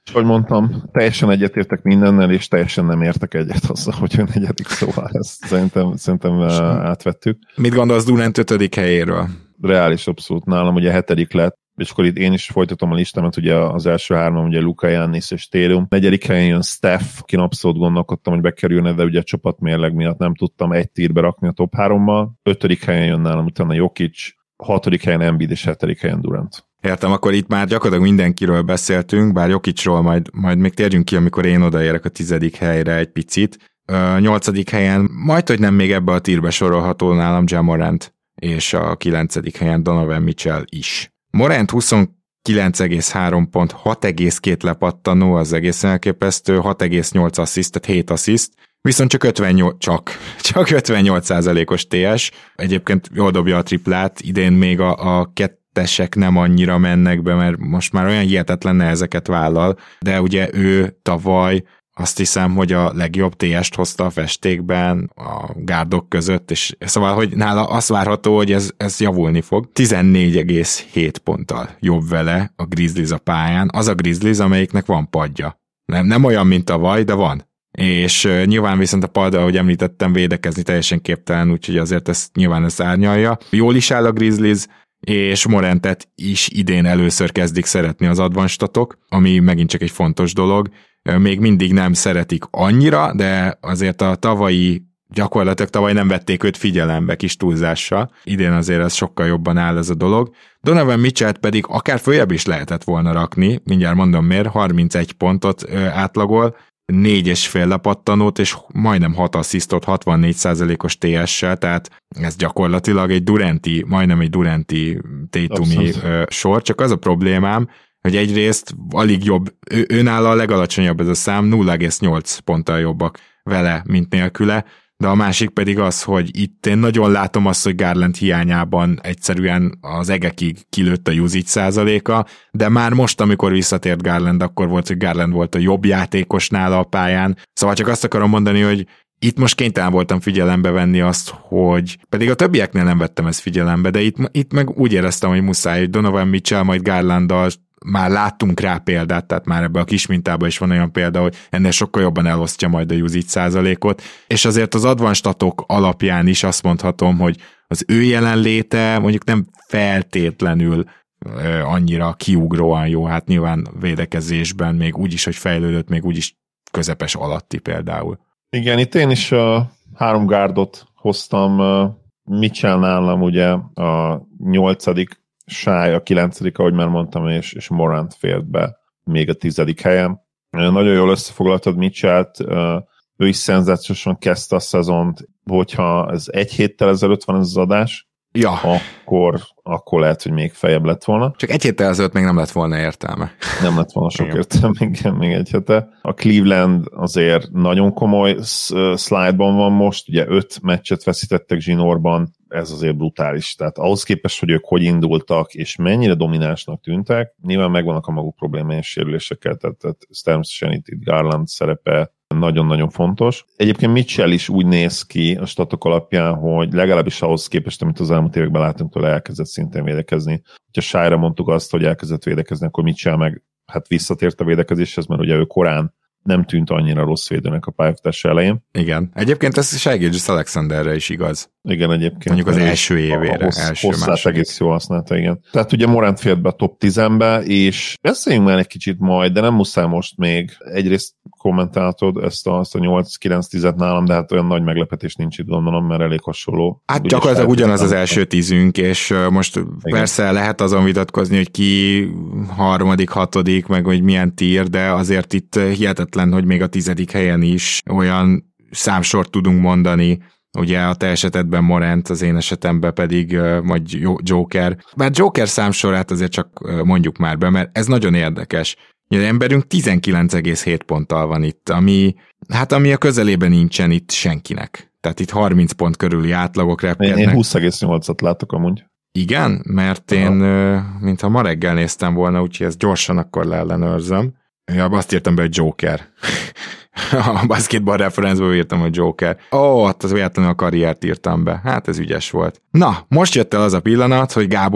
És ahogy mondtam, teljesen egyetértek mindennel, és teljesen nem értek egyet azzal, hogy ő negyedik, szóval ezt szerintem, szerintem átvettük. Mit gondolsz Durant ötödik helyéről? Reális abszolút, nálam ugye hetedik lett, és akkor itt én is folytatom a listámat, ugye az első hárman, ugye Luka, Giannis és Tatum. Negyedik helyen jön Steph, akin abszolút gondolkodtam, hogy bekerülne, de ugye a csapatmérleg miatt nem tudtam egy tírbe rakni a top hárommal. Ötödik helyen jön nálam utána Jokic, hatodik helyen Embiid és hetedik helyen Durant. Értem, akkor itt már gyakorlatilag mindenkiről beszéltünk, bár Jokicról majd, majd még térjünk ki, amikor én odaérek a tizedik helyre egy picit. A nyolcadik helyen majd, hogy nem még ebbe a tírbe sorolható nálam Ja Morant, és a kilencedik helyen Donovan Mitchell is. Morant huszonkilenc egész három pont, hat egész két lepattanó, az egészen elképesztő, hat egész nyolc assziszt, tehát hét assziszt, viszont csak ötvennyolc, csak, csak ötvennyolc százalékos té es, egyébként jól dobja a triplát, idén még a, a kettesek nem annyira mennek be, mert most már olyan hihetetlen nehezeket vállal, de ugye ő tavaly azt hiszem, hogy a legjobb té est hozta a festékben, a gárdok között, és szóval, hogy nála azt várható, hogy ez, ez javulni fog. tizennégy egész hét ponttal jobb vele a Grizzlies a pályán. Az a Grizzlies, amelyiknek van padja. Nem, nem olyan, mint tavaly, de van. És uh, nyilván viszont a pad, ahogy említettem, védekezni teljesen képtelen, úgyhogy azért ezt nyilván ezt árnyalja. Jól is áll a Grizzlies, és Morantet is idén először kezdik szeretni az advanstatok, ami megint csak egy fontos dolog. Még mindig nem szeretik annyira, de azért a tavalyi, gyakorlatilag tavaly nem vették őt figyelembe kis túlzással. Idén azért ez sokkal jobban áll ez a dolog. Donovan Mitchell pedig akár följebb is lehetett volna rakni, mindjárt mondom miért, harmincegy pontot ö, átlagol, négy és fél lepattanót, és majdnem hat asszisztot, hatvannégy százalékos té es-sel, tehát ez gyakorlatilag egy Duranti, majdnem egy Duranti Tatumi sor, csak az a problémám, hogy egyrészt alig jobb, ő, őnála a legalacsonyabb ez a szám, nulla egész nyolc ponttal jobbak vele, mint nélküle, de a másik pedig az, hogy itt én nagyon látom azt, hogy Garland hiányában egyszerűen az egekig kilőtt a usage százaléka, de már most, amikor visszatért Garland, akkor volt, hogy Garland volt a jobb játékos nála a pályán, szóval csak azt akarom mondani, hogy itt most kénytelen voltam figyelembe venni azt, hogy pedig a többieknél nem vettem ezt figyelembe, de itt, itt meg úgy éreztem, hogy muszáj, hogy Donovan Mitchell majd Garlanddal már láttunk rá példát, tehát már ebbe a kis mintában is van olyan példa, hogy ennél sokkal jobban elosztja majd a usage százalékot, és azért az advanstatok alapján is azt mondhatom, hogy az ő jelenléte mondjuk nem feltétlenül ö, annyira kiugróan jó, hát nyilván védekezésben még úgy is, hogy fejlődött, még úgy is közepes alatti például. Igen, itt én is uh, három gárdot hoztam, uh, Mitchell nálam ugye a nyolcadik, Shai a kilencedik, ahogy már mondtam, és, és Morant fért be még a tizedik helyen. Nagyon jól összefoglaltad Mitchellt, ő is szenzációsan kezdte a szezont, hogyha ez egy héttel ezelőtt van ez az adás, ja. akkor, akkor lehet, hogy még feljebb lett volna. Csak egy héttel ezelőtt még nem lett volna értelme. Nem lett volna sok értelme, igen, még egy hete. A Cleveland azért nagyon komoly slide-ban van most, ugye öt meccset veszítettek zsinórban, ez azért brutális. Tehát ahhoz képest, hogy ők hogy indultak, és mennyire dominánsnak tűntek, nyilván megvannak a maguk problémái és sérülésekkel, tehát, tehát természetesen itt, itt Garland szerepe nagyon-nagyon fontos. Egyébként Mitchell is úgy néz ki a statok alapján, hogy legalábbis ahhoz képest, amit az elmúlt években látunk tőle, elkezdett szintén védekezni. Ha Shai-ra mondtuk azt, hogy elkezdett védekezni, akkor Mitchell meg hát visszatért a védekezéshez, mert ugye ő korán nem tűnt annyira rossz védőnek a pályafutása elején. Igen. Egyébként ez Shai Gilgeous-Alexanderre is igaz. Igen, egyébként. Mondjuk az első évére. Hossz, első hosszát egész jól használta, igen. Tehát ugye Morant fért be a top tízbe, és beszéljünk már egy kicsit majd, de nem muszáj most még. Egyrészt kommentáltad ezt a, ezt a nyolc kilenc tízet nálam, de hát olyan nagy meglepetés nincs itt, gondolom, mert elég hasonló. Hát gyakorlatilag ugyanaz az első tízünk, és most igen. Persze lehet azon vitatkozni, hogy ki harmadik, hatodik, meg hogy milyen tír, de azért itt hihetetlen, hogy még a tizedik helyen is olyan számsort tudunk mondani, ugye a te esetedben Morant, az én esetemben pedig uh, majd Joker. Bár Joker számsorát azért csak uh, mondjuk már be, mert ez nagyon érdekes. Az emberünk tizenkilenc egész hét ponttal van itt, ami, hát ami a közelében nincsen itt senkinek. Tehát itt harminc pont körüli átlagok repkednek. Én, én húsz egész nyolcat látok amúgy. Igen? Mert én, uh, mintha ma reggel néztem volna, úgyhogy ezt gyorsan akkor leellenőrzöm. Ja, azt írtam be, hogy Joker. A basketball referencből írtam, hogy Joker. Ó, oh, az véletlenül a karriert írtam be. Hát ez ügyes volt. Na, most jött el az a pillanat, hogy Gábor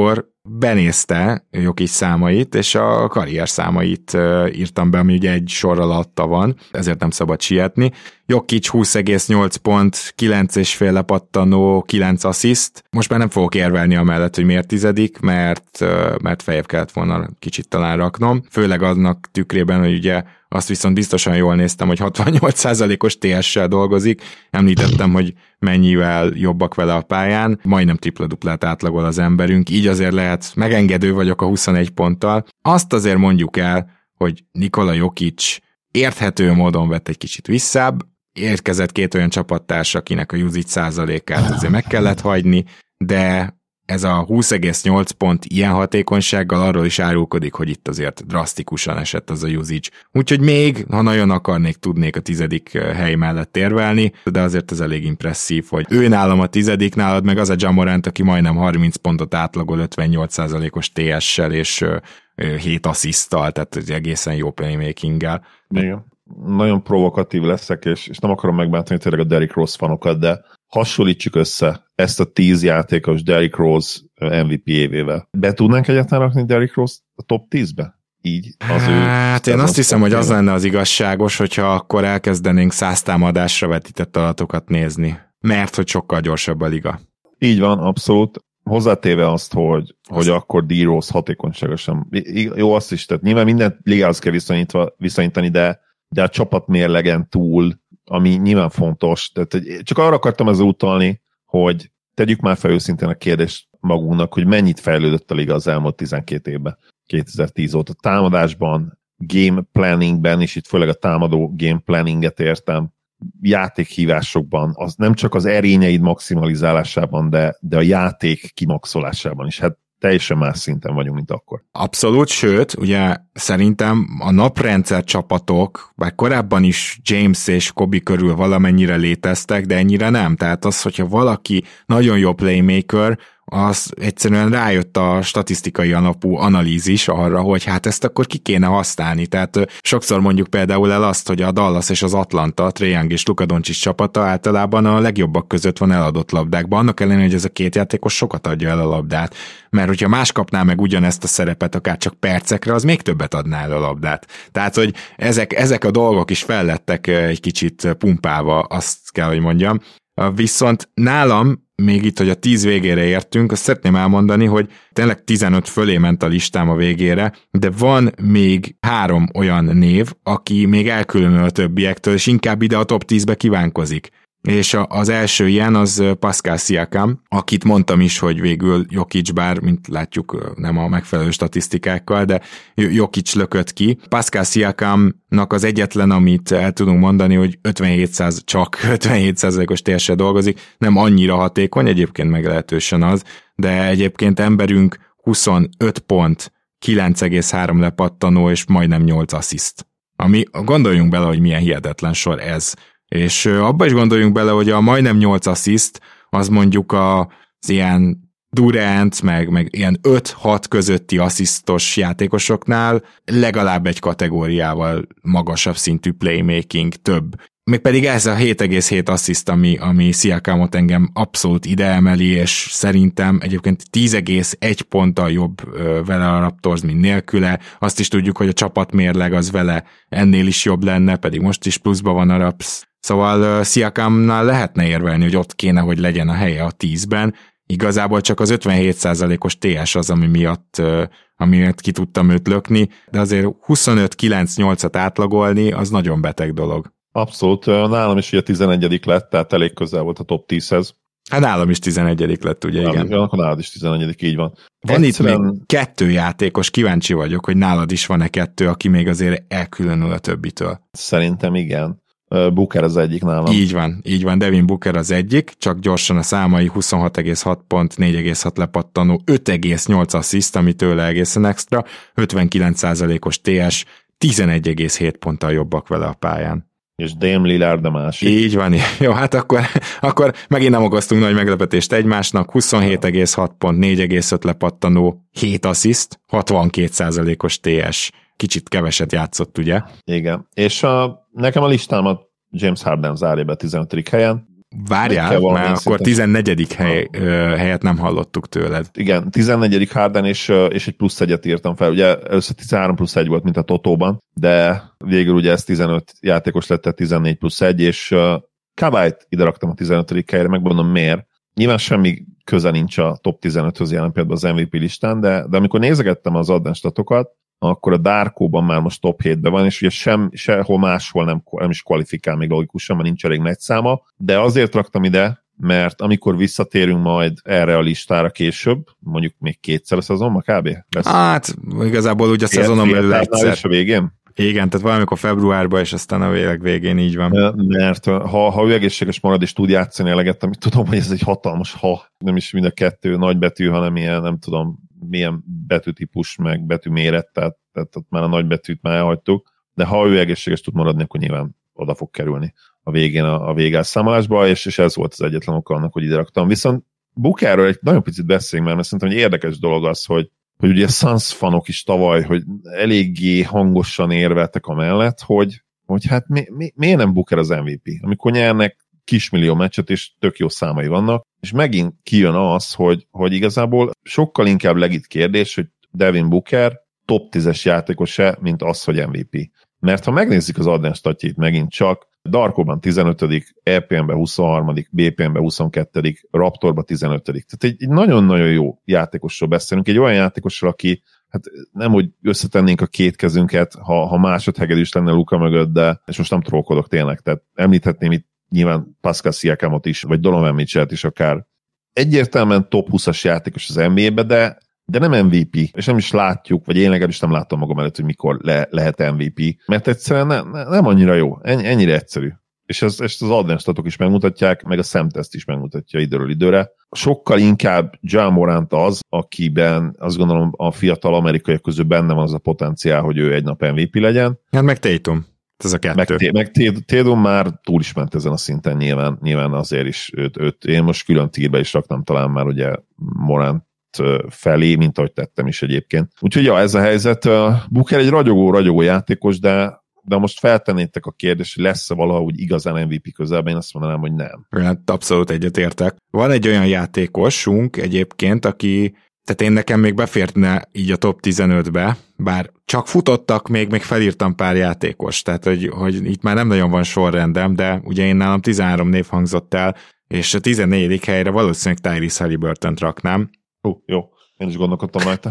benézte Jokic számait, és a karrier számait írtam be, ami ugye egy sor alatta van, ezért nem szabad sietni. Jokic húsz egész nyolc pont, kilenc és fél lepattanó, kilenc assziszt. Most már nem fogok érvelni amellett, hogy miért tizedik, mert, mert feljebb kellett volna kicsit talán raknom. Főleg annak tükrében, hogy ugye azt viszont biztosan jól néztem, hogy hatvannyolc százalékos té es-sel dolgozik. Említettem, hogy mennyivel jobbak vele a pályán. Majdnem tripla-duplát átlagol az emberünk, így azért lehet, megengedő vagyok a huszonegy ponttal. Azt azért mondjuk el, hogy Nikola Jokic érthető módon vett egy kicsit visszább, érkezett két olyan csapattársa, akinek a usage százalékát azért meg kellett hagyni, de ez a húsz egész nyolc pont ilyen hatékonysággal arról is árulkodik, hogy itt azért drasztikusan esett az a usage. Úgyhogy még, ha nagyon akarnék, tudnék a tizedik hely mellett érvelni, de azért ez elég impresszív, hogy ő nálam a tizedik, nálad meg az a Ja Morant, aki majdnem harminc pontot átlagol ötvennyolc százalékos té es-sel és hét assziszttal, tehát egészen jó playmaking-gel. Igen. Nagyon provokatív leszek, és, és nem akarom megbántani tényleg a Derrick Rose fanokat, de hasonlítsuk össze ezt a tíz játékos Derrick Rose em vé pé évével. Be tudnánk egyáltalán rakni Derrick Rose a top tízbe? Így az hát ő... én azt hiszem, hogy az lenne az igazságos, hogyha akkor elkezdenénk száz támadásra vetített adatokat nézni. Mert hogy sokkal gyorsabb a liga. Így van, abszolút. Hozzátéve azt, hogy, hogy akkor D-Rose hatékonyságosan. Jó, azt is, tehát nyilván mindent ligához kell viszonyítani, de, de a csapatmérlegen túl, ami nyilván fontos. Tehát csak arra akartam ezzel utalni, hogy tegyük már fel őszintén a kérdést magunknak, hogy mennyit fejlődött a liga az elmúlt tizenkét évben, kétezer-tíz óta. Támadásban, game planningben, és itt főleg a támadó game planninget értem, játékhívásokban, az nem csak az erényeid maximalizálásában, de, de a játék kimaxolásában is. Hát teljesen más szinten vagyunk, mint akkor. Abszolút, sőt, ugye szerintem a naprendszer csapatok, bár korábban is James és Kobe körül valamennyire léteztek, de ennyire nem. Tehát az, hogyha valaki nagyon jó playmaker, az egyszerűen rájött a statisztikai alapú analízis arra, hogy hát ezt akkor ki kéne használni. Tehát sokszor mondjuk például el azt, hogy a Dallas és az Atlanta, Trae Young és Luka Doncic csapata általában a legjobbak között van eladott labdákban, annak ellenére, hogy ez a két játékos sokat adja el a labdát. Mert hogyha más kapná meg ugyanezt a szerepet, akár csak percekre, az még többet adná el a labdát. Tehát, hogy ezek, ezek a dolgok is fellettek egy kicsit pumpálva, azt kell, hogy mondjam. Viszont nálam, még itt, hogy a tíz végére értünk, azt szeretném elmondani, hogy tényleg tizenöt fölé ment a listám a végére, de van még három olyan név, aki még elkülönül a többiektől, és inkább ide a top tízbe kívánkozik. És az első ilyen az Pascal Siakam, akit mondtam is, hogy végül Jokic, bár, mint látjuk, nem a megfelelő statisztikákkal, de Jokic lökött ki. Pascal Siakamnak az egyetlen, amit el tudunk mondani, hogy ötvenhét százalék, csak ötvenhét százalékos té es-sel dolgozik, nem annyira hatékony, egyébként meglehetősen az, de egyébként emberünk huszonöt pont, kilenc egész három lepattanó, és majdnem nyolc assziszt. Ami, gondoljunk bele, hogy milyen hihetetlen sor ez. És abba is gondoljunk bele, hogy a majdnem nyolc assziszt, az mondjuk az ilyen Durant, meg, meg ilyen öt-hat közötti asszisztos játékosoknál legalább egy kategóriával magasabb szintű playmaking, több. Még pedig ez a hét egész hét assziszt, ami, ami Siakamot engem abszolút ide emeli, és szerintem egyébként tíz egész egy ponttal jobb vele a Raptors, mint nélküle. Azt is tudjuk, hogy a csapatmérleg az vele ennél is jobb lenne, pedig most is pluszban van a Raps. Szóval Siakamnál lehetne érvelni, hogy ott kéne, hogy legyen a helye a tízben. Igazából csak az ötvenhét százalékos té es az, ami miatt, ami miatt ki tudtam őt lökni, de azért huszonöt kilenc nyolcat átlagolni, az nagyon beteg dolog. Abszolút, nálam is ugye tizenegyedik lett, tehát elég közel volt a top tízhez. Hát nálam is tizenegyedik lett, ugye, nálam, igen. Akkor nálad is tizenegyedik, így van. Van Egyszerűen... itt még kettő játékos, kíváncsi vagyok, hogy nálad is van-e kettő, aki még azért elkülönül a többitől. Szerintem igen. Booker az egyik nálam. Így van, így van, Devin Booker az egyik, csak gyorsan a számai: huszonhat egész hat pont, négy egész hat lepattanó, öt egész nyolc assziszt, ami tőle egészen extra, ötvenkilenc százalékos té es, tizenegy egész hét ponttal jobbak vele a pályán. És Dame Lillard a másik. Így van, jó, hát akkor, akkor megint nem okoztunk nagy meglepetést egymásnak, huszonhét egész hat pont, négy egész öt lepattanó, hét assziszt, hatvankét százalékos té es. Kicsit keveset játszott, ugye? Igen, és a, nekem a listámat James Harden zárja be tizenötödik helyen. Várjál, mert akkor tizennegyedik hely, uh, helyet nem hallottuk tőled. Igen, tizennegyedik Harden, és, és egy plusz egyet írtam fel. Ugye először tizenhárom plusz egy volt, mint a Totóban, de végül ugye ez tizenöt játékos lett, tehát tizennégy plusz egy, és uh, Kawait ide raktam a tizenötödik helyre, megmondom miért. Nyilván semmi köze nincs a top tizenöthöz jelen például az em vé pé listán, de, de amikor nézegettem az advanced statokat, akkor a Darkóban már most top hétben van, és ugye sem, sehol máshol nem, nem is kvalifikál még logikusan, mert nincs elég nagy száma, de azért raktam ide, mert amikor visszatérünk majd erre a listára később, mondjuk még kétszer a szezonban kb. Lesz. Hát, igazából ugye a szezonon belül egyszer. A végén? Igen, tehát valamikor februárban, és aztán a végleg végén így van. Mert ha, ha ő egészséges marad, és tud játszani eleget, amit tudom, hogy ez egy hatalmas ha, nem is mind a kettő nagybetű, hanem ilyen, nem tudom, milyen betűtípus, meg betűméret, tehát, tehát már a nagybetűt már elhagytuk, de ha ő egészséges tud maradni, akkor nyilván oda fog kerülni a végén a, a végelszámolásba, és, és ez volt az egyetlen oka annak, hogy ide raktam. Viszont Bookerről egy nagyon picit beszéljünk, mert szerintem egy érdekes dolog az, hogy hogy ugye a Suns fanok is tavaly, hogy eléggé hangosan érveltek amellett, hogy, hogy hát mi, mi, miért nem Booker az em vé pé? Amikor nyernek kismillió meccset, és tök jó számai vannak, és megint kijön az, hogy, hogy igazából sokkal inkább legit kérdés, hogy Devin Booker top tízes játékos-e, mint az, hogy em vé pé. Mert ha megnézzük az advanced statjait megint csak, Darkóban tizenötödik, é pé em-ben huszonharmadik, bé pé em-ben huszonkettődik, Raptorban tizenötödik. Tehát egy, egy nagyon-nagyon jó játékosról beszélünk, egy olyan játékosról, aki hát nem, hogy összetennénk a két kezünket, ha, ha másodhegedűs lenne Luka mögött, de, és most nem trollkodok tényleg, tehát említhetném itt nyilván Pascal Siakamot is, vagy Donovan Mitchellt is akár. Egyértelműen top húszas játékos az en bé á-be, de de nem em vé pé, és nem is látjuk, vagy én legalábbis nem látom magam előtt, hogy mikor le, lehet em vé pé, mert egyszerűen ne, ne, nem annyira jó, Ennyi, ennyire egyszerű. És, ez, és az advanced statok is megmutatják, meg a szemteszt is megmutatja időről időre. Sokkal inkább Ja Morant az, akiben azt gondolom a fiatal amerikaiak közül benne van az a potenciál, hogy ő egy nap em vé pé legyen. Hát meg Tatum. Ez a kettő. Meg, meg Tatum már túl is ment ezen a szinten, nyilván, nyilván azért is őt, őt, én most külön tírbe is raktam talán már ugye Morant felé, mint ahogy tettem is egyébként. Úgyhogy ja, ez a helyzet. Booker egy ragyogó-ragyogó játékos, de, de most feltennétek a kérdést, hogy lesz-e valahogy igazán em vé pé közelben, én azt mondanám, hogy nem. Hát abszolút egyetértek. Van egy olyan játékosunk egyébként, aki, tehát én nekem még beférne így a top tizenötbe, bár csak futottak, még, még felírtam pár játékos, tehát hogy, hogy itt már nem nagyon van sorrendem, de ugye én nálam tizenhárom név hangzott el, és a tizennegyedik helyre valószínűleg Tyrese Haliburtont raknám. Hú, jó, én is gondolkodtam rajta.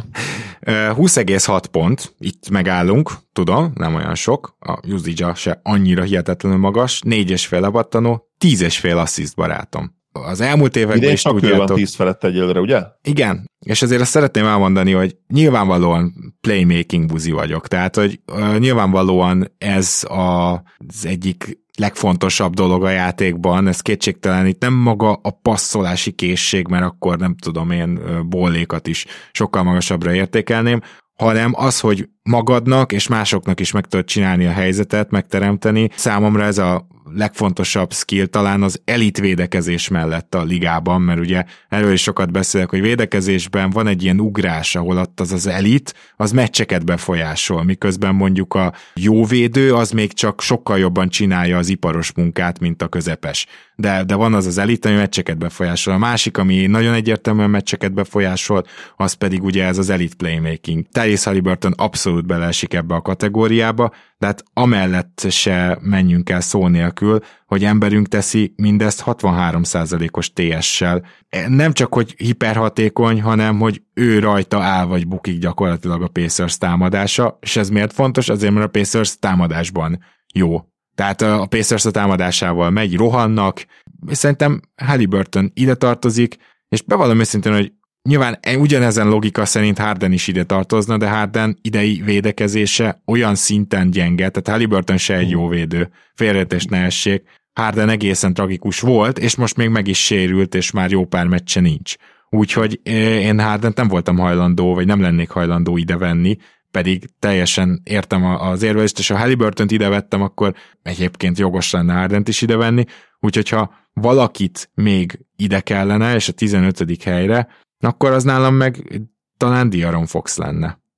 húsz egész hat pont, itt megállunk, tudom, nem olyan sok, a usage se annyira hihetetlenül magas, négy és fél lepattanó, tíz és fél assziszt barátom. Az elmúlt években is tudjátok... Idén van tíz felett egyelőre, ugye? Igen, és azért azt szeretném elmondani, hogy nyilvánvalóan playmaking buzi vagyok, tehát hogy uh, nyilvánvalóan ez a, az egyik legfontosabb dolog a játékban, ez kétségtelen, itt nem maga a passzolási készség, mert akkor nem tudom, én bollékat is sokkal magasabbra értékelném, hanem az, hogy magadnak és másoknak is meg tudod csinálni a helyzetet, megteremteni. Számomra ez a legfontosabb skill talán az elit védekezés mellett a ligában, mert ugye erről is sokat beszélek, hogy védekezésben van egy ilyen ugrás, ahol ott az az elit, az meccseket befolyásol, miközben mondjuk a jó védő az még csak sokkal jobban csinálja az iparos munkát, mint a közepes. De, de van az az elit, ami meccseket befolyásol. A másik, ami nagyon egyértelműen meccseket befolyásol, az pedig ugye ez az elite playmaking. Tyrese Haliburton abszolút beleesik ebbe a kategóriába, de hát amellett se menjünk el szó nélkül, hogy emberünk teszi mindezt hatvanhárom százalékos té es-sel. Nem csak, hogy hiperhatékony, hanem, hogy ő rajta áll vagy bukik gyakorlatilag a Pacers támadása, és ez miért fontos? Azért, mert a Pacers támadásban jó. Tehát a Pacers a támadásával megy, rohannak, és szerintem Haliburton ide tartozik, és bevallom őszintén, hogy nyilván ugyanezen logika szerint Harden is ide tartozna, de Harden idei védekezése olyan szinten gyenge, tehát Haliburton se egy jó védő, félreértést ne essék, Harden egészen tragikus volt, és most még meg is sérült, és már jó pár meccse nincs. Úgyhogy én Hardent nem voltam hajlandó, vagy nem lennék hajlandó ide venni, pedig teljesen értem az érvelést, és ha Haliburtont ide vettem, akkor egyébként jogos lenne Hardent is ide venni, úgyhogy ha valakit még ide kellene, és a tizenötödik helyre, akkor az nálam meg talán De'Aaron Fox lenne.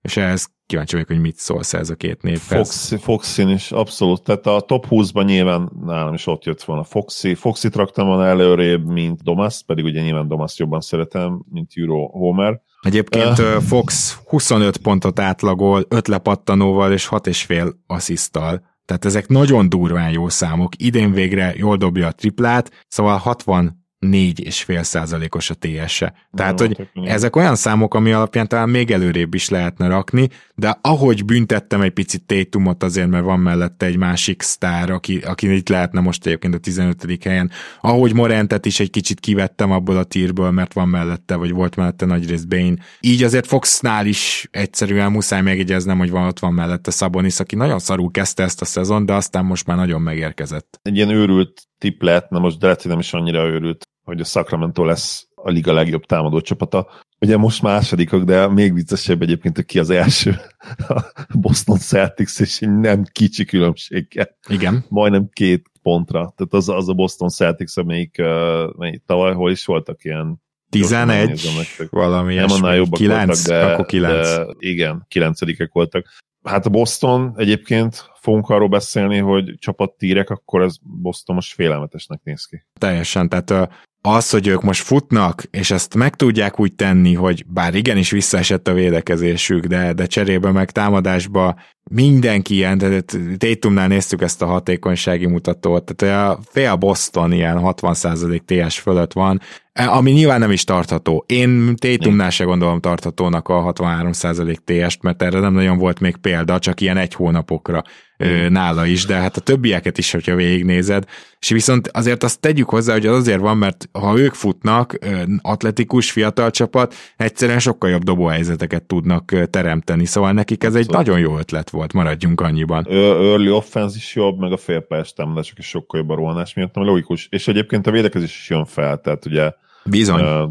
és ehhez kíváncsi vagyok, hogy mit szólsz ez a két névhez. Foxy, Foxy is abszolút, tehát a top húszban nyilván nálam is ott jött volna Foxy. Foxy-t raktam volna előrébb, mint Domas, pedig ugye nyilván Domas jobban szeretem, mint Euro Homer. Egyébként uh, Fox huszonöt pontot átlagol, öt lepattanóval és hat és fél assziszttal. Tehát ezek nagyon durván jó számok. Idén végre jól dobja a triplát, szóval hatvannégy és fél százalékos a té es-e. Tehát, hogy ezek olyan számok, ami alapján talán még előrébb is lehetne rakni, de ahogy büntettem egy picit Tatumot azért, mert van mellette egy másik sztár, aki, aki itt lehetne most egyébként a tizenötödik helyen, ahogy Morantet is egy kicsit kivettem abból a tírből, mert van mellette, vagy volt mellette nagyrészt Bane. Így azért Foxnál is egyszerűen muszáj megjegyeznem, hogy van, ott van mellette Sabonis, aki nagyon szarul kezdte ezt a szezon, de aztán most már nagyon megérkezett. Egy ilyen őrült tipp lett, na most de lehet, hogy nem is annyira őrült, hogy a Sacramento lesz a liga legjobb támadó csapata. Ugye most másodikok, de még viccesebb egyébként, hogy ki az első. A Boston Celtics, és nem kicsi különbséggel. Igen. Majdnem két pontra. Tehát az, az a Boston Celtics, amelyik, uh, amelyik tavaly hol is voltak ilyen tizenegy, valami nem annál jobbak kilenc, voltak, de, akkor kilenc. de igen, kilencedikek voltak. Hát a Boston egyébként, fogunk arról beszélni, hogy csapattírek, akkor ez Boston most félelmetesnek néz ki. Teljesen, tehát az, hogy ők most futnak, és ezt meg tudják úgy tenni, hogy bár igenis visszaesett a védekezésük, de, de cserébe meg támadásba mindenki ilyen, tehát Tatumnál néztük ezt a hatékonysági mutatót, tehát a fél Boston ilyen hatvan százalék té es fölött van, ami nyilván nem is tartható. Én Tatumnál se gondolom tarthatónak a hatvanhárom százalék té est, mert erre nem nagyon volt még példa, csak ilyen egy hónapokra mm. nála is, de hát a többieket is, hogyha végignézed, és viszont azért azt tegyük hozzá, hogy az azért van, mert ha ők futnak, atletikus, fiatal csapat, egyszerűen sokkal jobb dobóhelyzeteket tudnak teremteni, szóval nekik ez egy nagyon jó ötlet volt, maradjunk annyiban. Early offense is jobb, meg a félpályás támadások is sokkal jobb a rohanás miatt, nem logikus, és egyébként a védekezés is jön fel, tehát ugye bizony. Uh,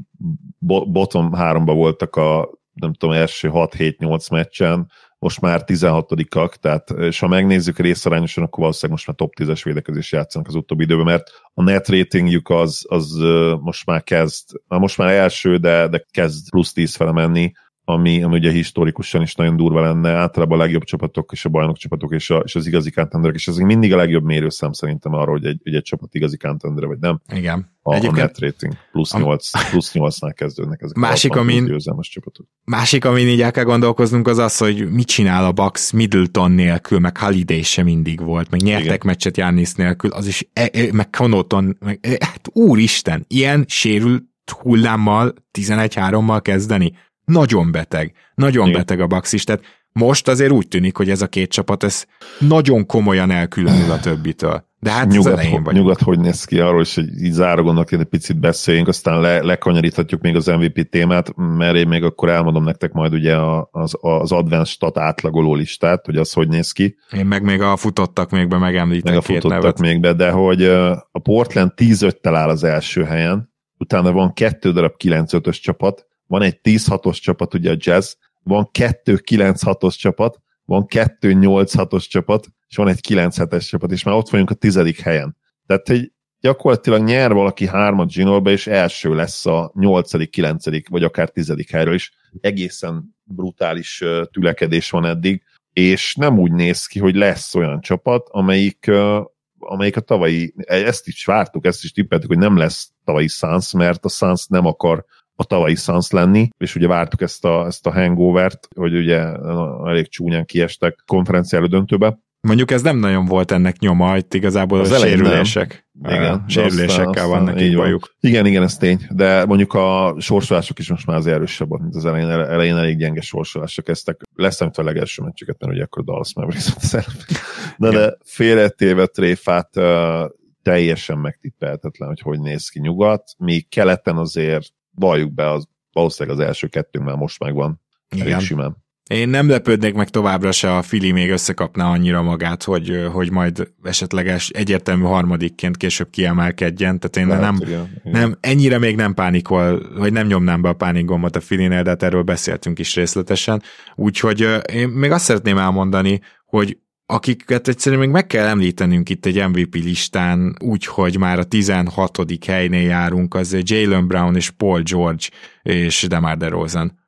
bottom háromba voltak a nem tudom, első hat hét nyolc meccsen, most már tizenhatodikak, tehát és ha megnézzük részarányosan, akkor valószínűleg most már top tízes védekezés játszanak az utóbbi időben, mert a net ratingjük az, az most már kezd, most már első, de, de kezd plusz tíz fele menni, ami, ami ugye historikusan is nagyon durva lenne, általában a legjobb csapatok és a bajnok csapatok és, a, és az igazi contenderek, és ez mindig a legjobb mérőszám szerintem arra, hogy egy, hogy egy csapat igazi contender, vagy nem. Igen. A, a net rating plusz nyolc, plusz nyolcnál kezdődnek ezek másik, a amin, győzelmes csapatok. Másik, amin így el kell gondolkoznunk, az az, hogy mit csinál a Bucks Middleton nélkül, meg Holiday sem mindig volt, meg nyertek igen. meccset Giannis nélkül, az is, e, e, meg Connaughton, meg, e, hát úristen, ilyen sérült hullámmal tizenegy hárommal kezdeni. Nagyon beteg, nagyon igen. beteg a Bucks is, tehát most azért úgy tűnik, hogy ez a két csapat ez nagyon komolyan elkülönül a többitől. De hát nyugat, az elején vagyunk. Nyugat hogy néz ki arról, és hogy így zárógonnak egy picit beszéljünk, aztán le, lekanyaríthatjuk még az em vé pé témát, mert én még akkor elmondom nektek majd ugye az, az advanced stat átlagoló listát, hogy az hogy néz ki. Én meg még a futottak még be megemlítek meg két a nevet. még be, de hogy a Portland tíz öttel áll az első helyen, utána van kettő darab kilenc ötös csapat, van egy tíz hatos csapat, ugye a Jazz, van kettő kilenc hatos csapat, van kettő nyolc hatos csapat, és van egy kilenc hetes csapat, és már ott vagyunk a tizedik helyen. Tehát, hogy gyakorlatilag nyer valaki hármat zsinórba, és első lesz a nyolcadik, kilencedik, vagy akár tizedik helyről is. Egészen brutális tülekedés van eddig, és nem úgy néz ki, hogy lesz olyan csapat, amelyik, amelyik a tavalyi, ezt is vártuk, ezt is tippeltük, hogy nem lesz tavalyi Suns, mert a Suns nem akar a tavalyi Suns lenni, és ugye vártuk ezt a, ezt a hangovert, hogy ugye elég csúnyán kiestek konferenciáló döntőbe. Mondjuk ez nem nagyon volt ennek nyoma, itt igazából az a sérülések. Igen, sérülésekkel van neki bajuk. Igen, igen, ez tény, de mondjuk a sorsolások is most már az erősebb, mint az elején, elején elég gyenge sorsolások kezdtek. Leszámítva a legelső meccseket, mert ugye akkor Dallas Mavericks volt az előbb. Na de félretéve tréfát uh, teljesen megtippelhetetlen, hogy hogy néz ki nyugat, míg keleten azért valljuk be, az, valószínűleg az első kettőnkben most megvan. Elég simán. Én nem lepődnék meg továbbra se, a Philly még összekapná annyira magát, hogy, hogy majd esetleges egyértelmű harmadikként később kiemelkedjen, tehát én Lehet, nem, igen, igen. nem, ennyire még nem pánikol, vagy nem nyomnám be a pánikgombot a Phillynél, de hát erről beszéltünk is részletesen, úgyhogy én még azt szeretném elmondani, hogy akiket egyszerűen még meg kell említenünk itt egy em vé pé listán, úgyhogy már a tizenhatodik helynél járunk, az Jaylen Brown és Paul George és DeMar DeRozan.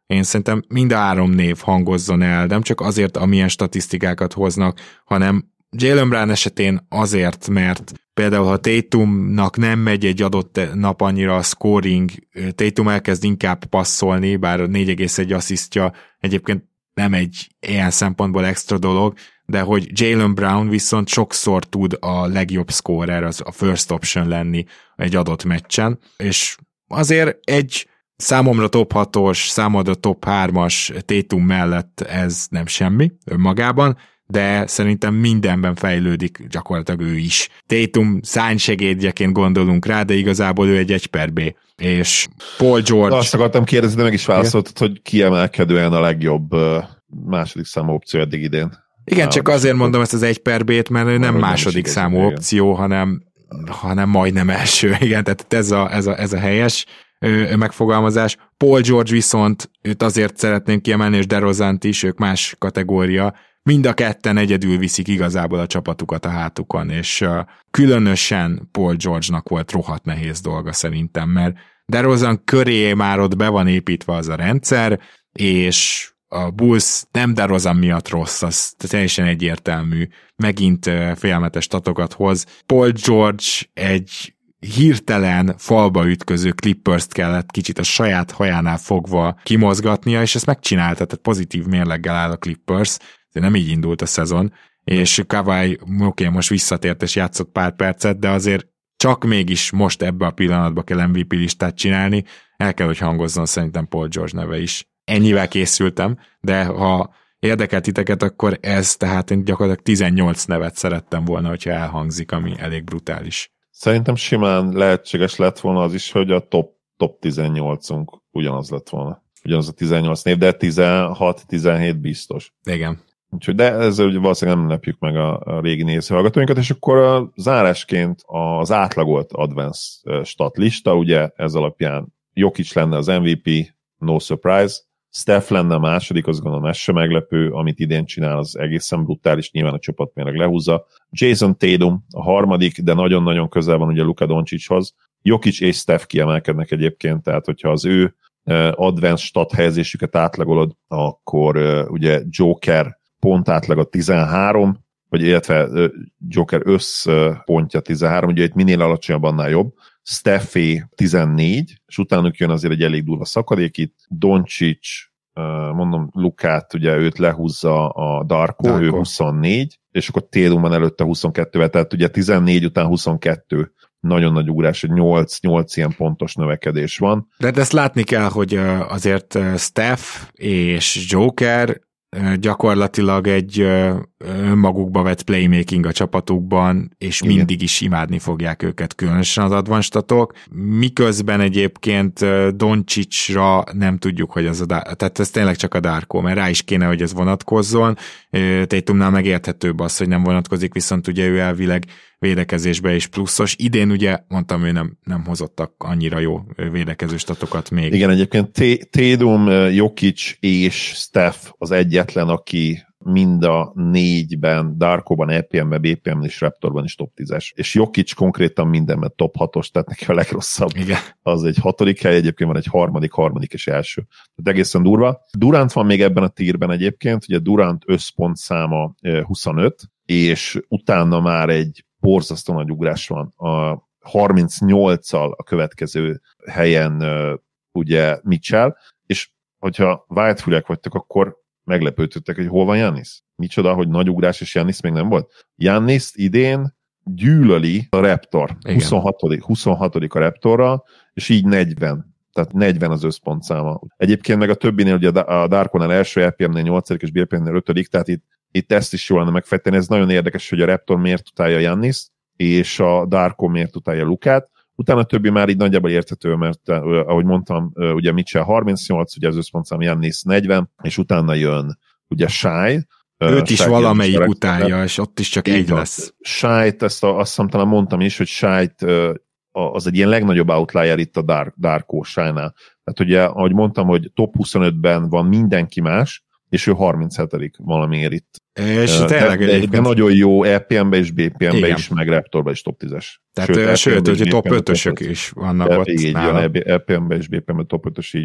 Én szerintem mind a három név hangozzon el, nem csak azért, amilyen statisztikákat hoznak, hanem Jaylen Brown esetén azért, mert például ha Tatumnak nem megy egy adott nap annyira a scoring, Tatum elkezd inkább passzolni, bár négy egész egy asszisztja egyébként nem egy ilyen szempontból extra dolog, de hogy Jaylen Brown viszont sokszor tud a legjobb scorer, az a first option lenni egy adott meccsen, és azért egy számomra top hatos, számomra top hármas Tatum mellett ez nem semmi önmagában, de szerintem mindenben fejlődik gyakorlatilag ő is. Tatum szárnysegédjeként gondolunk rá, de igazából ő egy egy per B. És Paul George... Na, azt akartam kérdezni, de meg is válaszoltad, hogy kiemelkedően a legjobb második számú opció eddig idén. Igen, csak azért mondom ezt az egy per B-t, mert ő nem második számú opció, hanem, hanem majdnem első. Igen, tehát ez a, ez a, ez a helyes megfogalmazás. Paul George viszont őt azért szeretném kiemelni, és DeRozant is, ők más kategória. Mind a ketten egyedül viszik igazából a csapatukat a hátukon, és uh, különösen Paul George-nak volt rohadt nehéz dolga szerintem, mert DeRozan köré már ott be van építve az a rendszer, és a Bulls nem DeRozan miatt rossz, az teljesen egyértelmű, megint uh, félelmetes statokat hoz. Paul George egy hirtelen falba ütköző Clippers-t kellett kicsit a saját hajánál fogva kimozgatnia, és ezt megcsinálta, tehát pozitív mérleggel áll a Clippers, de nem így indult a szezon, és Kawhi oké, okay, most visszatért és játszott pár percet, de azért csak mégis most ebbe a pillanatba kell em vé pé listát csinálni, el kell, hogy hangozzon szerintem Paul George neve is. Ennyivel készültem, de ha érdekel titeket, akkor ez, tehát én gyakorlatilag tizennyolc nevet szerettem volna, hogyha elhangzik, ami elég brutális. Szerintem simán lehetséges lett volna az is, hogy a top, top tizennyolcunk ugyanaz lett volna. Ugyanaz a tizennyolc név, de tizenhat tizenhét biztos. Igen. Úgyhogy de ezzel ugye valószínűleg nem lepjük meg a, a régi nézőhallgatóinkat, és akkor a zárásként az átlagolt advanced stat lista, ugye ez alapján Jokic lenne az em vé pé, no surprise, Steph lenne a második, azt gondolom ez sem meglepő, amit idén csinál, az egészen brutális, nyilván a csapatmérleg lehúzza. Jason Tatum a harmadik, de nagyon-nagyon közel van ugye Luka Doncichoz. Jokic és Steph kiemelkednek egyébként, tehát hogyha az ő advanced stat helyezésüket átlagolod, akkor ugye Joker pont átlaga tizenhárom, vagy illetve Joker összpontja tizenhárom, ugye itt minél alacsonyabb, annál jobb. Stephé tizennégy, és utánuk jön azért egy elég durva szakadék itt. Doncic, mondom, Lukát, ugye őt lehúzza a Darko, Darko. Ő huszonnégy, és akkor Tatum van előtte huszonkettővel, tehát ugye tizennégy után huszonkettő. Nagyon nagy ugrás, hogy nyolc nyolc ilyen pontos növekedés van. De ezt látni kell, hogy azért Steph és Joker gyakorlatilag egy önmagukba vett playmaking a csapatukban, és igen, mindig is imádni fogják őket, különösen az advanced statok. Miközben egyébként Doncicra nem tudjuk, hogy az a Darko, tehát ez tényleg csak a Darko, mert rá is kéne, hogy ez vonatkozzon. Tatumnál megérthetőbb az, hogy nem vonatkozik, viszont ugye ő elvileg védekezésbe is pluszos. Idén ugye, mondtam, ő nem, nem hozottak annyira jó védekező statokat még. Igen, egyébként Tatum, Jokic és Steph az egyetlen, aki mind a négyben, Darkoban, é pé em-ben, bé pé em-ben és Raptorban is top tízes. És Jokic konkrétan mindenben top hatos, tehát neki a legrosszabb. Igen. Az egy hatodik hely, egyébként van egy harmadik, harmadik és első. Tehát egészen durva. Durant van még ebben a tírben egyébként, ugye Durant összpont száma huszonöt, és utána már egy borzasztó nagy ugrás van. A harmincnyolccal a következő helyen ugye Mitchell, és hogyha vágyfülek vagytok, akkor meglepődtöttek, hogy hol van Giannis. Micsoda, hogy nagy ugrás, és Giannis még nem volt. Giannis idén gyűlöli a Raptor. huszonhatodik huszonhatodik a Raptorral, és így negyven. Tehát negyven az összpont száma. Egyébként meg a többinél, ugye a Darkonál első, é pé em-nél nyolcadik és bé pé em-nél ötödik, tehát itt, itt ezt is jól lenne megfejteni. Ez nagyon érdekes, hogy a Raptor miért utálja Giannis, és a Darko miért utálja Lukát. Utána a többi már így nagyjából érthető, mert ahogy mondtam, ugye Mitchell harmincnyolc, ugye az összpontszám Giannis negyven, és utána jön ugye Shai. Őt is valamelyik is utálja, és ott is csak egy lesz. Shai-t, ezt a, azt hiszem talán mondtam is, hogy Shai-t az egy ilyen legnagyobb outlier itt a Dark, Darko Shai-nál. Tehát ugye, ahogy mondtam, hogy top huszonötben van mindenki más, és ő harminchetedik valamiért itt. És uh, tényleg de, de, de nagyon jó é pé em-be és bé pé em-be is, meg Raptorba is top tízes. Tehát sőt, sőt hogy top ötösök is vannak de, ott így nála. Van, é pé em-be és bé pé em-be top ötös így van.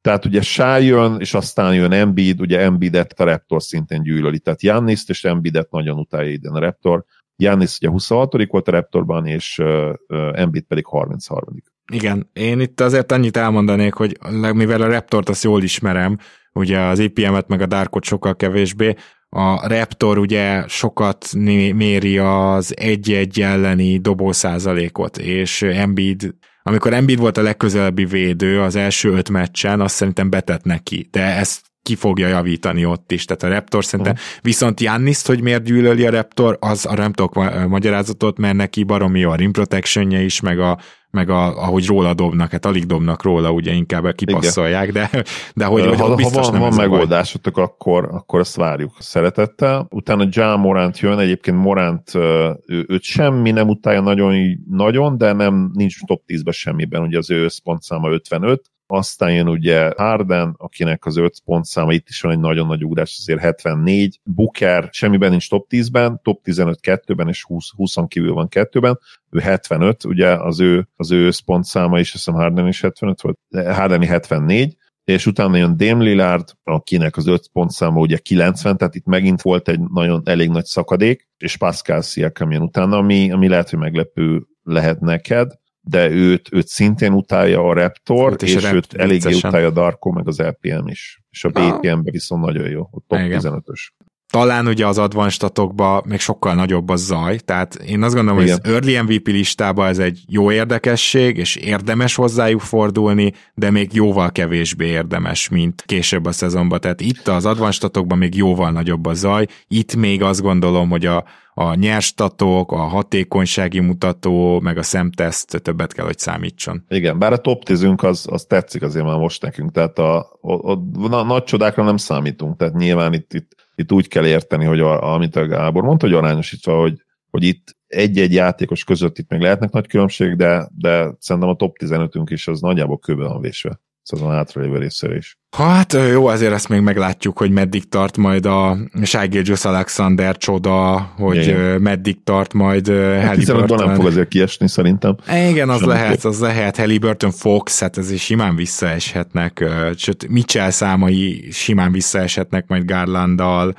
Tehát ugye Shai jön, és aztán jön Embiid, ugye Embiidet a Raptor szintén gyűlöli, tehát Gianniszt és Embiidet nagyon utálja idén a Raptor. Giannis ugye huszonhatodik volt a Raptorban, és uh, uh, Embiid pedig harmincharmadik Igen, én itt azért annyit elmondanék, hogy mivel a Raptort azt jól ismerem, ugye az á pé em-et meg a Darkot sokkal kevésbé, a Raptor ugye sokat méri az egy-egy elleni dobószázalékot, és Embiid, amikor Embiid volt a legközelebbi védő az első öt meccsen, azt szerintem betett neki, de ezt ki fogja javítani ott is, tehát a Raptor szerintem, uh-huh. viszont Gianniszt, hogy miért gyűlöli a Raptor, az a nem tudok magyarázatot, mert neki baromi jó a rim protectionje is, meg, a, meg a, ahogy róla dobnak, hát alig dobnak róla, ugye inkább kipasszolják, de, de hogy, hogy ha, biztos ha van, nem van ez megoldásotok, akkor, akkor ezt várjuk szeretettel. Utána Ja Morant jön, egyébként Morant ő, őt semmi nem utálja nagyon, nagyon, de nem nincs top tízben semmiben, ugye az ő összpontszáma ötvenöt, aztán jön ugye Harden, akinek az öt pontszáma, itt is van egy nagyon nagy ugrás, azért hetvennégy, Booker semmiben nincs top tízben, top tizenöt kettőben, és húsz, húszon kívül van kettőben, ő hetvenöt, ugye az ő, az ő összpontszáma is, azt hiszem Harden is hetvenöt volt, Hardeni hetvennégy, és utána jön Dame Lillard, akinek az öt pontszáma ugye kilencven, tehát itt megint volt egy nagyon elég nagy szakadék, és Pascal Siakam jön utána, ami, ami lehet, hogy meglepő lehet neked, de őt, őt szintén utálja a Raptor, őt és a rap őt eléggé utálja a Darko, meg az el pé em is. És a bé pé em-ben viszont nagyon jó, a top igen. tizenötös. Talán ugye az advanced statokban még sokkal nagyobb a zaj, tehát én azt gondolom, igen. hogy az Early em vé pé listában ez egy jó érdekesség, és érdemes hozzájuk fordulni, de még jóval kevésbé érdemes, mint később a szezonban. Tehát itt az advanced statokban még jóval nagyobb a zaj, itt még azt gondolom, hogy a a nyerstatok, a hatékonysági mutató, meg a szemteszt többet kell, hogy számítson. Igen, bár a top tízünk az, az tetszik azért már most nekünk, tehát a, a, a, a nagy csodákra nem számítunk, tehát nyilván itt, itt, itt úgy kell érteni, hogy a, amit a Gábor mondta, hogy arányosítva, hogy, hogy itt egy-egy játékos között itt még lehetnek nagy különbség, de, de szerintem a top tizenötünk is az nagyjából kőben van vésve. Szóval hátralévő részére is. Hát jó, azért ezt még meglátjuk, hogy meddig tart majd a Shai Gilgeous-Alexander csoda, hogy igen. meddig tart majd Halliburton. tizenötben nem fog azért kiesni szerintem. Igen, az Semmi lehet, az lehet. Halliburton, Fox, hát ez is simán visszaeshetnek, sőt Mitchell számai simán visszaeshetnek majd Garlanddal,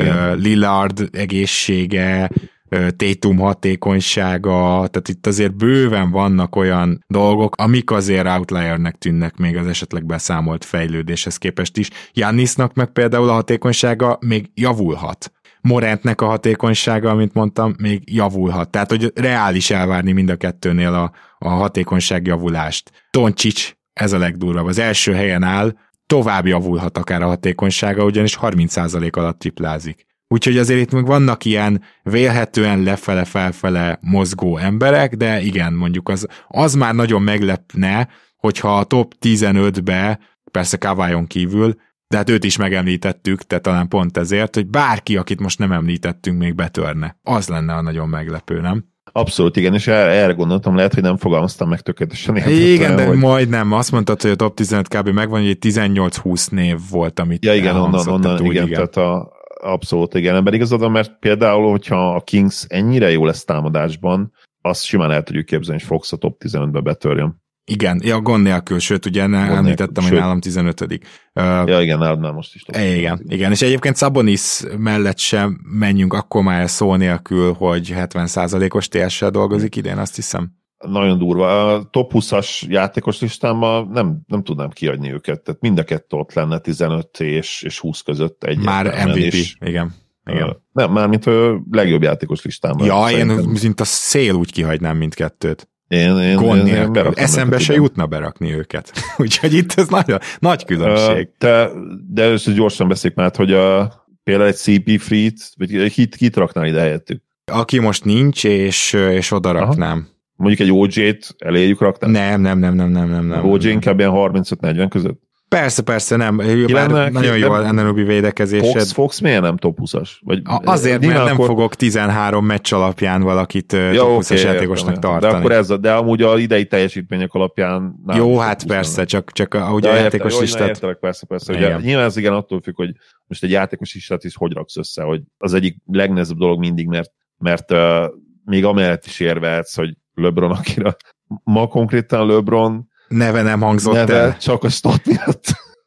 Lillard egészsége, Tatum hatékonysága, tehát itt azért bőven vannak olyan dolgok, amik azért outliernek tűnnek még az esetleg beszámolt fejlődéshez képest is. Giannisnak meg például a hatékonysága még javulhat. Morantnek a hatékonysága, amit mondtam, még javulhat. Tehát, hogy reális elvárni mind a kettőnél a, a hatékonyság javulást. Doncic, ez a legdurvább, az első helyen áll, tovább javulhat akár a hatékonysága, ugyanis harminc százalék alatt triplázik. Úgyhogy azért itt még vannak ilyen vélhetően lefele-felfele mozgó emberek, de igen, mondjuk az, az már nagyon meglepne, hogyha a top tizenötbe, persze Kawhion kívül, de hát őt is megemlítettük, tehát talán pont ezért, hogy bárki, akit most nem említettünk, még betörne. Az lenne a nagyon meglepő, nem? Abszolút, igen, és erre gondoltam, lehet, hogy nem fogalmaztam meg tökéletesen. Igen, de hogy... majdnem. Azt mondtad, hogy a top tizenöt kb. Megvan, hogy egy tizennyolc-húsz név volt, amit ja, igen, onnan, onnan úgy, igen, igen, tehát a abszolút, igen, ember igazad van, mert például, hogyha a Kings ennyire jó lesz támadásban, azt simán el tudjuk képzelni, hogy Fox a top tizenötbe betörjön. Igen, ja, gond nélkül, sőt, ugye ne, említettem, hogy nálam tizenötödik. Uh, ja, igen, nálad már most is. Igen, tizenötödik. Igen, és egyébként Sabonis mellett sem menjünk akkor már szó nélkül, hogy hetven százalékos té es-sel dolgozik idén, azt hiszem. Nagyon durva. A top húszas játékos listámmal nem, nem tudnám kiadni őket, tehát mind a kettő ott lenne tizenöt és, és húsz között egy. Már em vé pé, és, igen. igen. Uh, nem, mármint a legjobb játékos listámmal. Ja, szerintem. Én mint a szél úgy kihagynám mindkettőt. Én, én, Gond én, én eszembe se jutna berakni őket. Úgyhogy itt ez nagy, nagy különbség. Uh, te, de először gyorsan beszéljük már, hogy a, például egy cé pé Free-t, vagy kit, kit raknál ide helyettük? Aki most nincs, és, és oda raknám. Aha. Mondjuk egy o jét eléjük raktál? Nem, nem, nem, nem, nem, nem. nem o jé inkább ilyen harmincöt negyven között? Persze, persze, nem. Bár nagyon jó az Anunoby védekezésed. Fox, Fox miért nem top húszas? Vagy, azért, mert nem akkor... fogok tizenhárom meccs alapján valakit ja, top húszas okay, játékosnak tartani. De akkor ez, de amúgy a idei teljesítmények alapján... Jó, hát persze, csak, csak ahogy a játékos listát... Értelek, persze, persze. Ugye, nyilván ez igen attól függ, hogy most egy játékos listát is hogy raksz össze, hogy az egyik legnehezebb dolog mindig, mert, mert uh, még amellett is érvehetsz, hogy LeBron, akire ma konkrétan LeBron neve nem hangzott neve, el. Csak a stat miatt.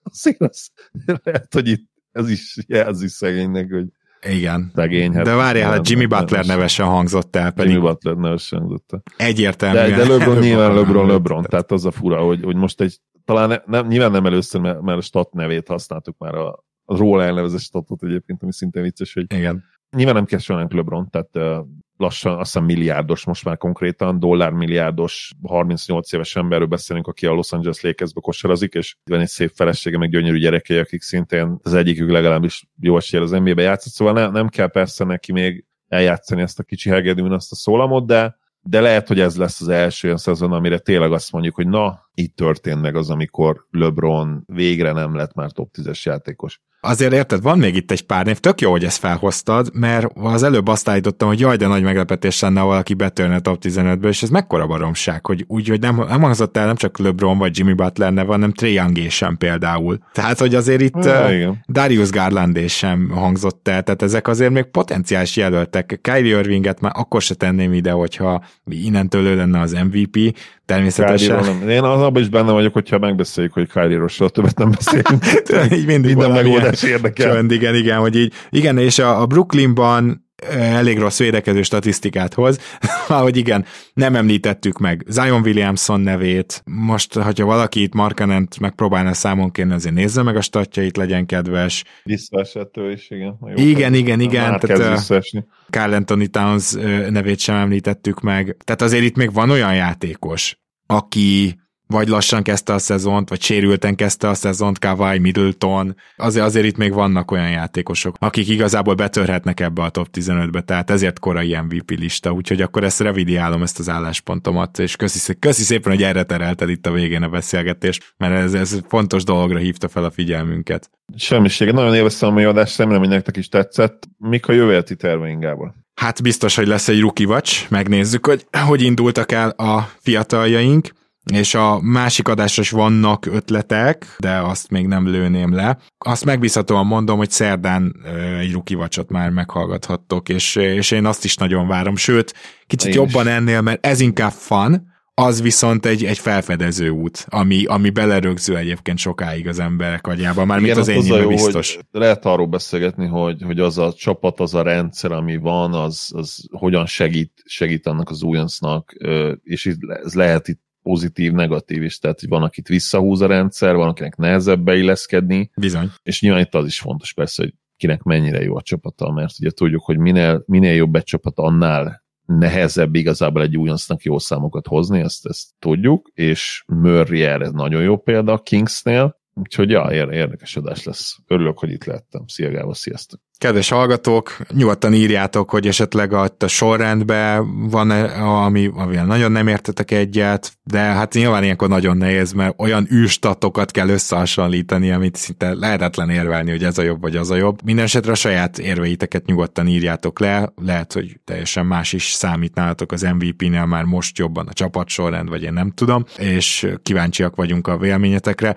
azért az, lehet, hogy itt ez is jelzi szegénynek, hogy igen. Szegény, hát de várjál, hát Jimmy Butler neve sem hangzott el. Pedig Jimmy Butler neve sem hangzott el. Egyértelműen. De, de LeBron nyilván LeBron, LeBron, tehát az a fura, hogy, hogy most egy, talán ne, nem, nyilván nem először, mert, mert a stat nevét használtuk már a, a róla elnevezett statot egyébként, ami szintén vicces, hogy igen. Nyilván nem kell sorolnánk LeBron, tehát uh, lassan azt hiszem milliárdos most már konkrétan, dollármilliárdos, harmincnyolc éves emberről beszélünk, aki a Los Angeles Lakersbe kosarazik, és van egy szép felesége, meg gyönyörű gyerekei, akik szintén az egyikük legalábbis jó eséllyel az en bé á-be játszott, szóval ne, nem kell persze neki még eljátszani ezt a kicsi hegedűn, azt a szólamot, de, de lehet, hogy ez lesz az első olyan szezon, amire tényleg azt mondjuk, hogy na, itt történt meg az, amikor LeBron végre nem lett már top tízes játékos. Azért érted, van még itt egy pár név, tök jó, hogy ezt felhoztad, mert az előbb azt állítottam, hogy jaj, de nagy meglepetés lenne, ha valaki betörne a top tizenötből, és ez mekkora baromság, hogy úgy, hogy nem, nem hangzott el nem csak LeBron vagy Jimmy Butler neve, hanem Trae Youngé sem például. Tehát, hogy azért itt uh, Darius Garlandé sem hangzott el, tehát ezek azért még potenciális jelöltek. Kyrie Irvinget már akkor se tenném ide, hogyha innentől ő lenne az em vé pé, természetesen. Én az abban is benne vagyok, hogyha megbeszéljük, hogy Kyrie-ról soha többet nem beszélünk. így mindig minden megoldás érdekel. Csönd, igen, igen, hogy így, igen, és a, a Brooklynban elég rossz védekező statisztikát hoz, ahogy igen, nem említettük meg Zion Williamson nevét, most, hogyha valaki itt Markkanent megpróbálna számon kérni, azért nézze meg a statjait, legyen kedves. Visszaesettől is, igen. Jó, igen, igen, igen. Már kezd visszaesni. Karl Anthony Towns nevét sem említettük meg. Tehát azért itt még van olyan játékos, aki vagy lassan kezdte a szezont, vagy sérülten kezdte a szezont, Kawhi, Middleton. Azért, azért itt még vannak olyan játékosok, akik igazából betörhetnek ebbe a top tizenötbe, tehát ezért korai em vé pé lista, úgyhogy akkor ezt revidiálom, ezt az álláspontomat, és köszi, köszi szépen, hogy erre terelted itt a végén a beszélgetést, mert ez, ez fontos dologra hívta fel a figyelmünket. Semmiség. Nagyon élveztem a mai adást, remélem, hogy nektek is tetszett. Mik a jövő heti terveink, Gábor? Hát biztos, hogy lesz egy rookie watch, megnézzük, hogy hogy indultak el a fiataljaink, és a másik adásra is vannak ötletek, de azt még nem lőném le. Azt megbízhatóan mondom, hogy szerdán egy rookie watchot már meghallgathattok, és, és én azt is nagyon várom, sőt, kicsit én jobban is. Ennél, mert ez inkább fun, az viszont egy, egy felfedező út, ami, ami belerögző egyébként sokáig az emberek agyába, már mint az enyémben biztos. Lehet arról beszélgetni, hogy, hogy az a csapat, az a rendszer, ami van, az, az hogyan segít, segít annak az újoncnak, és ez lehet itt pozitív, negatív is, tehát van, akit visszahúz a rendszer, van, akinek nehezebb beilleszkedni. Bizony. És nyilván itt az is fontos persze, hogy kinek mennyire jó a csapata, mert ugye tudjuk, hogy minél, minél jobb egy csapat, annál nehezebb igazából egy újoncnak jó számokat hozni, ezt, ezt tudjuk, és Murray erre nagyon jó példa a Kingsnél, úgyhogy ja, érdekes adás lesz. Örülök, hogy itt lettem. Szia Gábor, sziasztok! Kedves hallgatók, nyugodtan írjátok, hogy esetleg a, a sorrendben van, ami, amivel nagyon nem értetek egyet, de hát nyilván ilyenkor nagyon nehéz, mert olyan űrstatokat kell összehasonlítani, amit szinte lehetetlen érvelni, hogy ez a jobb vagy az a jobb. Minden esetre a saját érveiteket nyugodtan írjátok le, lehet, hogy teljesen más is számít nálatok az em vé pé-nél már most jobban a csapatsorrend, vagy én nem tudom, és kíváncsiak vagyunk a véleményetekre,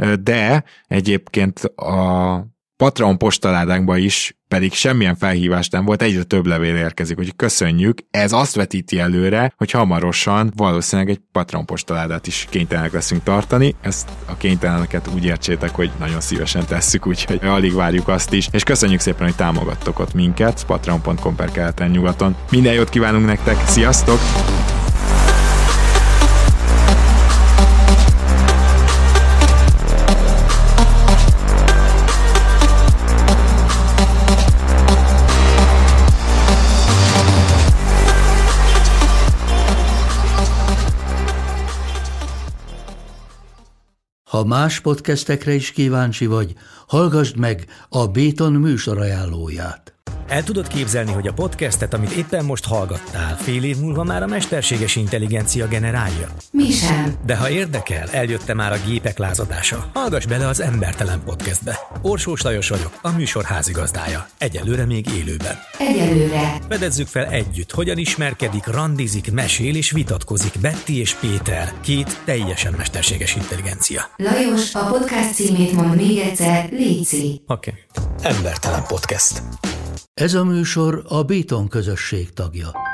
de egyébként a Patreon postaládánkban is pedig semmilyen felhívás nem volt, egyre több levél érkezik, hogy köszönjük, ez azt vetíti előre, hogy hamarosan valószínűleg egy Patreon postaládát is kénytelenek leszünk tartani, ezt a kényteleneket úgy értsétek, hogy nagyon szívesen tesszük, úgyhogy alig várjuk azt is, és köszönjük szépen, hogy támogattok ott minket, patreon pont com per keleten nyugaton. Minden jót kívánunk nektek, sziasztok! Ha más podcastekre is kíváncsi vagy, hallgassd meg a Béton műsor ajánlóját. El tudod képzelni, hogy a podcastet, amit éppen most hallgattál, fél év múlva már a mesterséges intelligencia generálja? Mi sem. De ha érdekel, eljött már a gépek lázadása. Hallgass bele az Embertelen Podcastbe. Orsós Lajos vagyok, a műsor házigazdája. Egyelőre még élőben. Egyelőre. Fedezzük fel együtt, hogyan ismerkedik, randizik, mesél és vitatkozik Betty és Péter, két teljesen mesterséges intelligencia. Lajos, a podcast címét mond még egyszer, léci. Oké. Okay. Embertelen Podcast. Ez a műsor a Béton közösség tagja.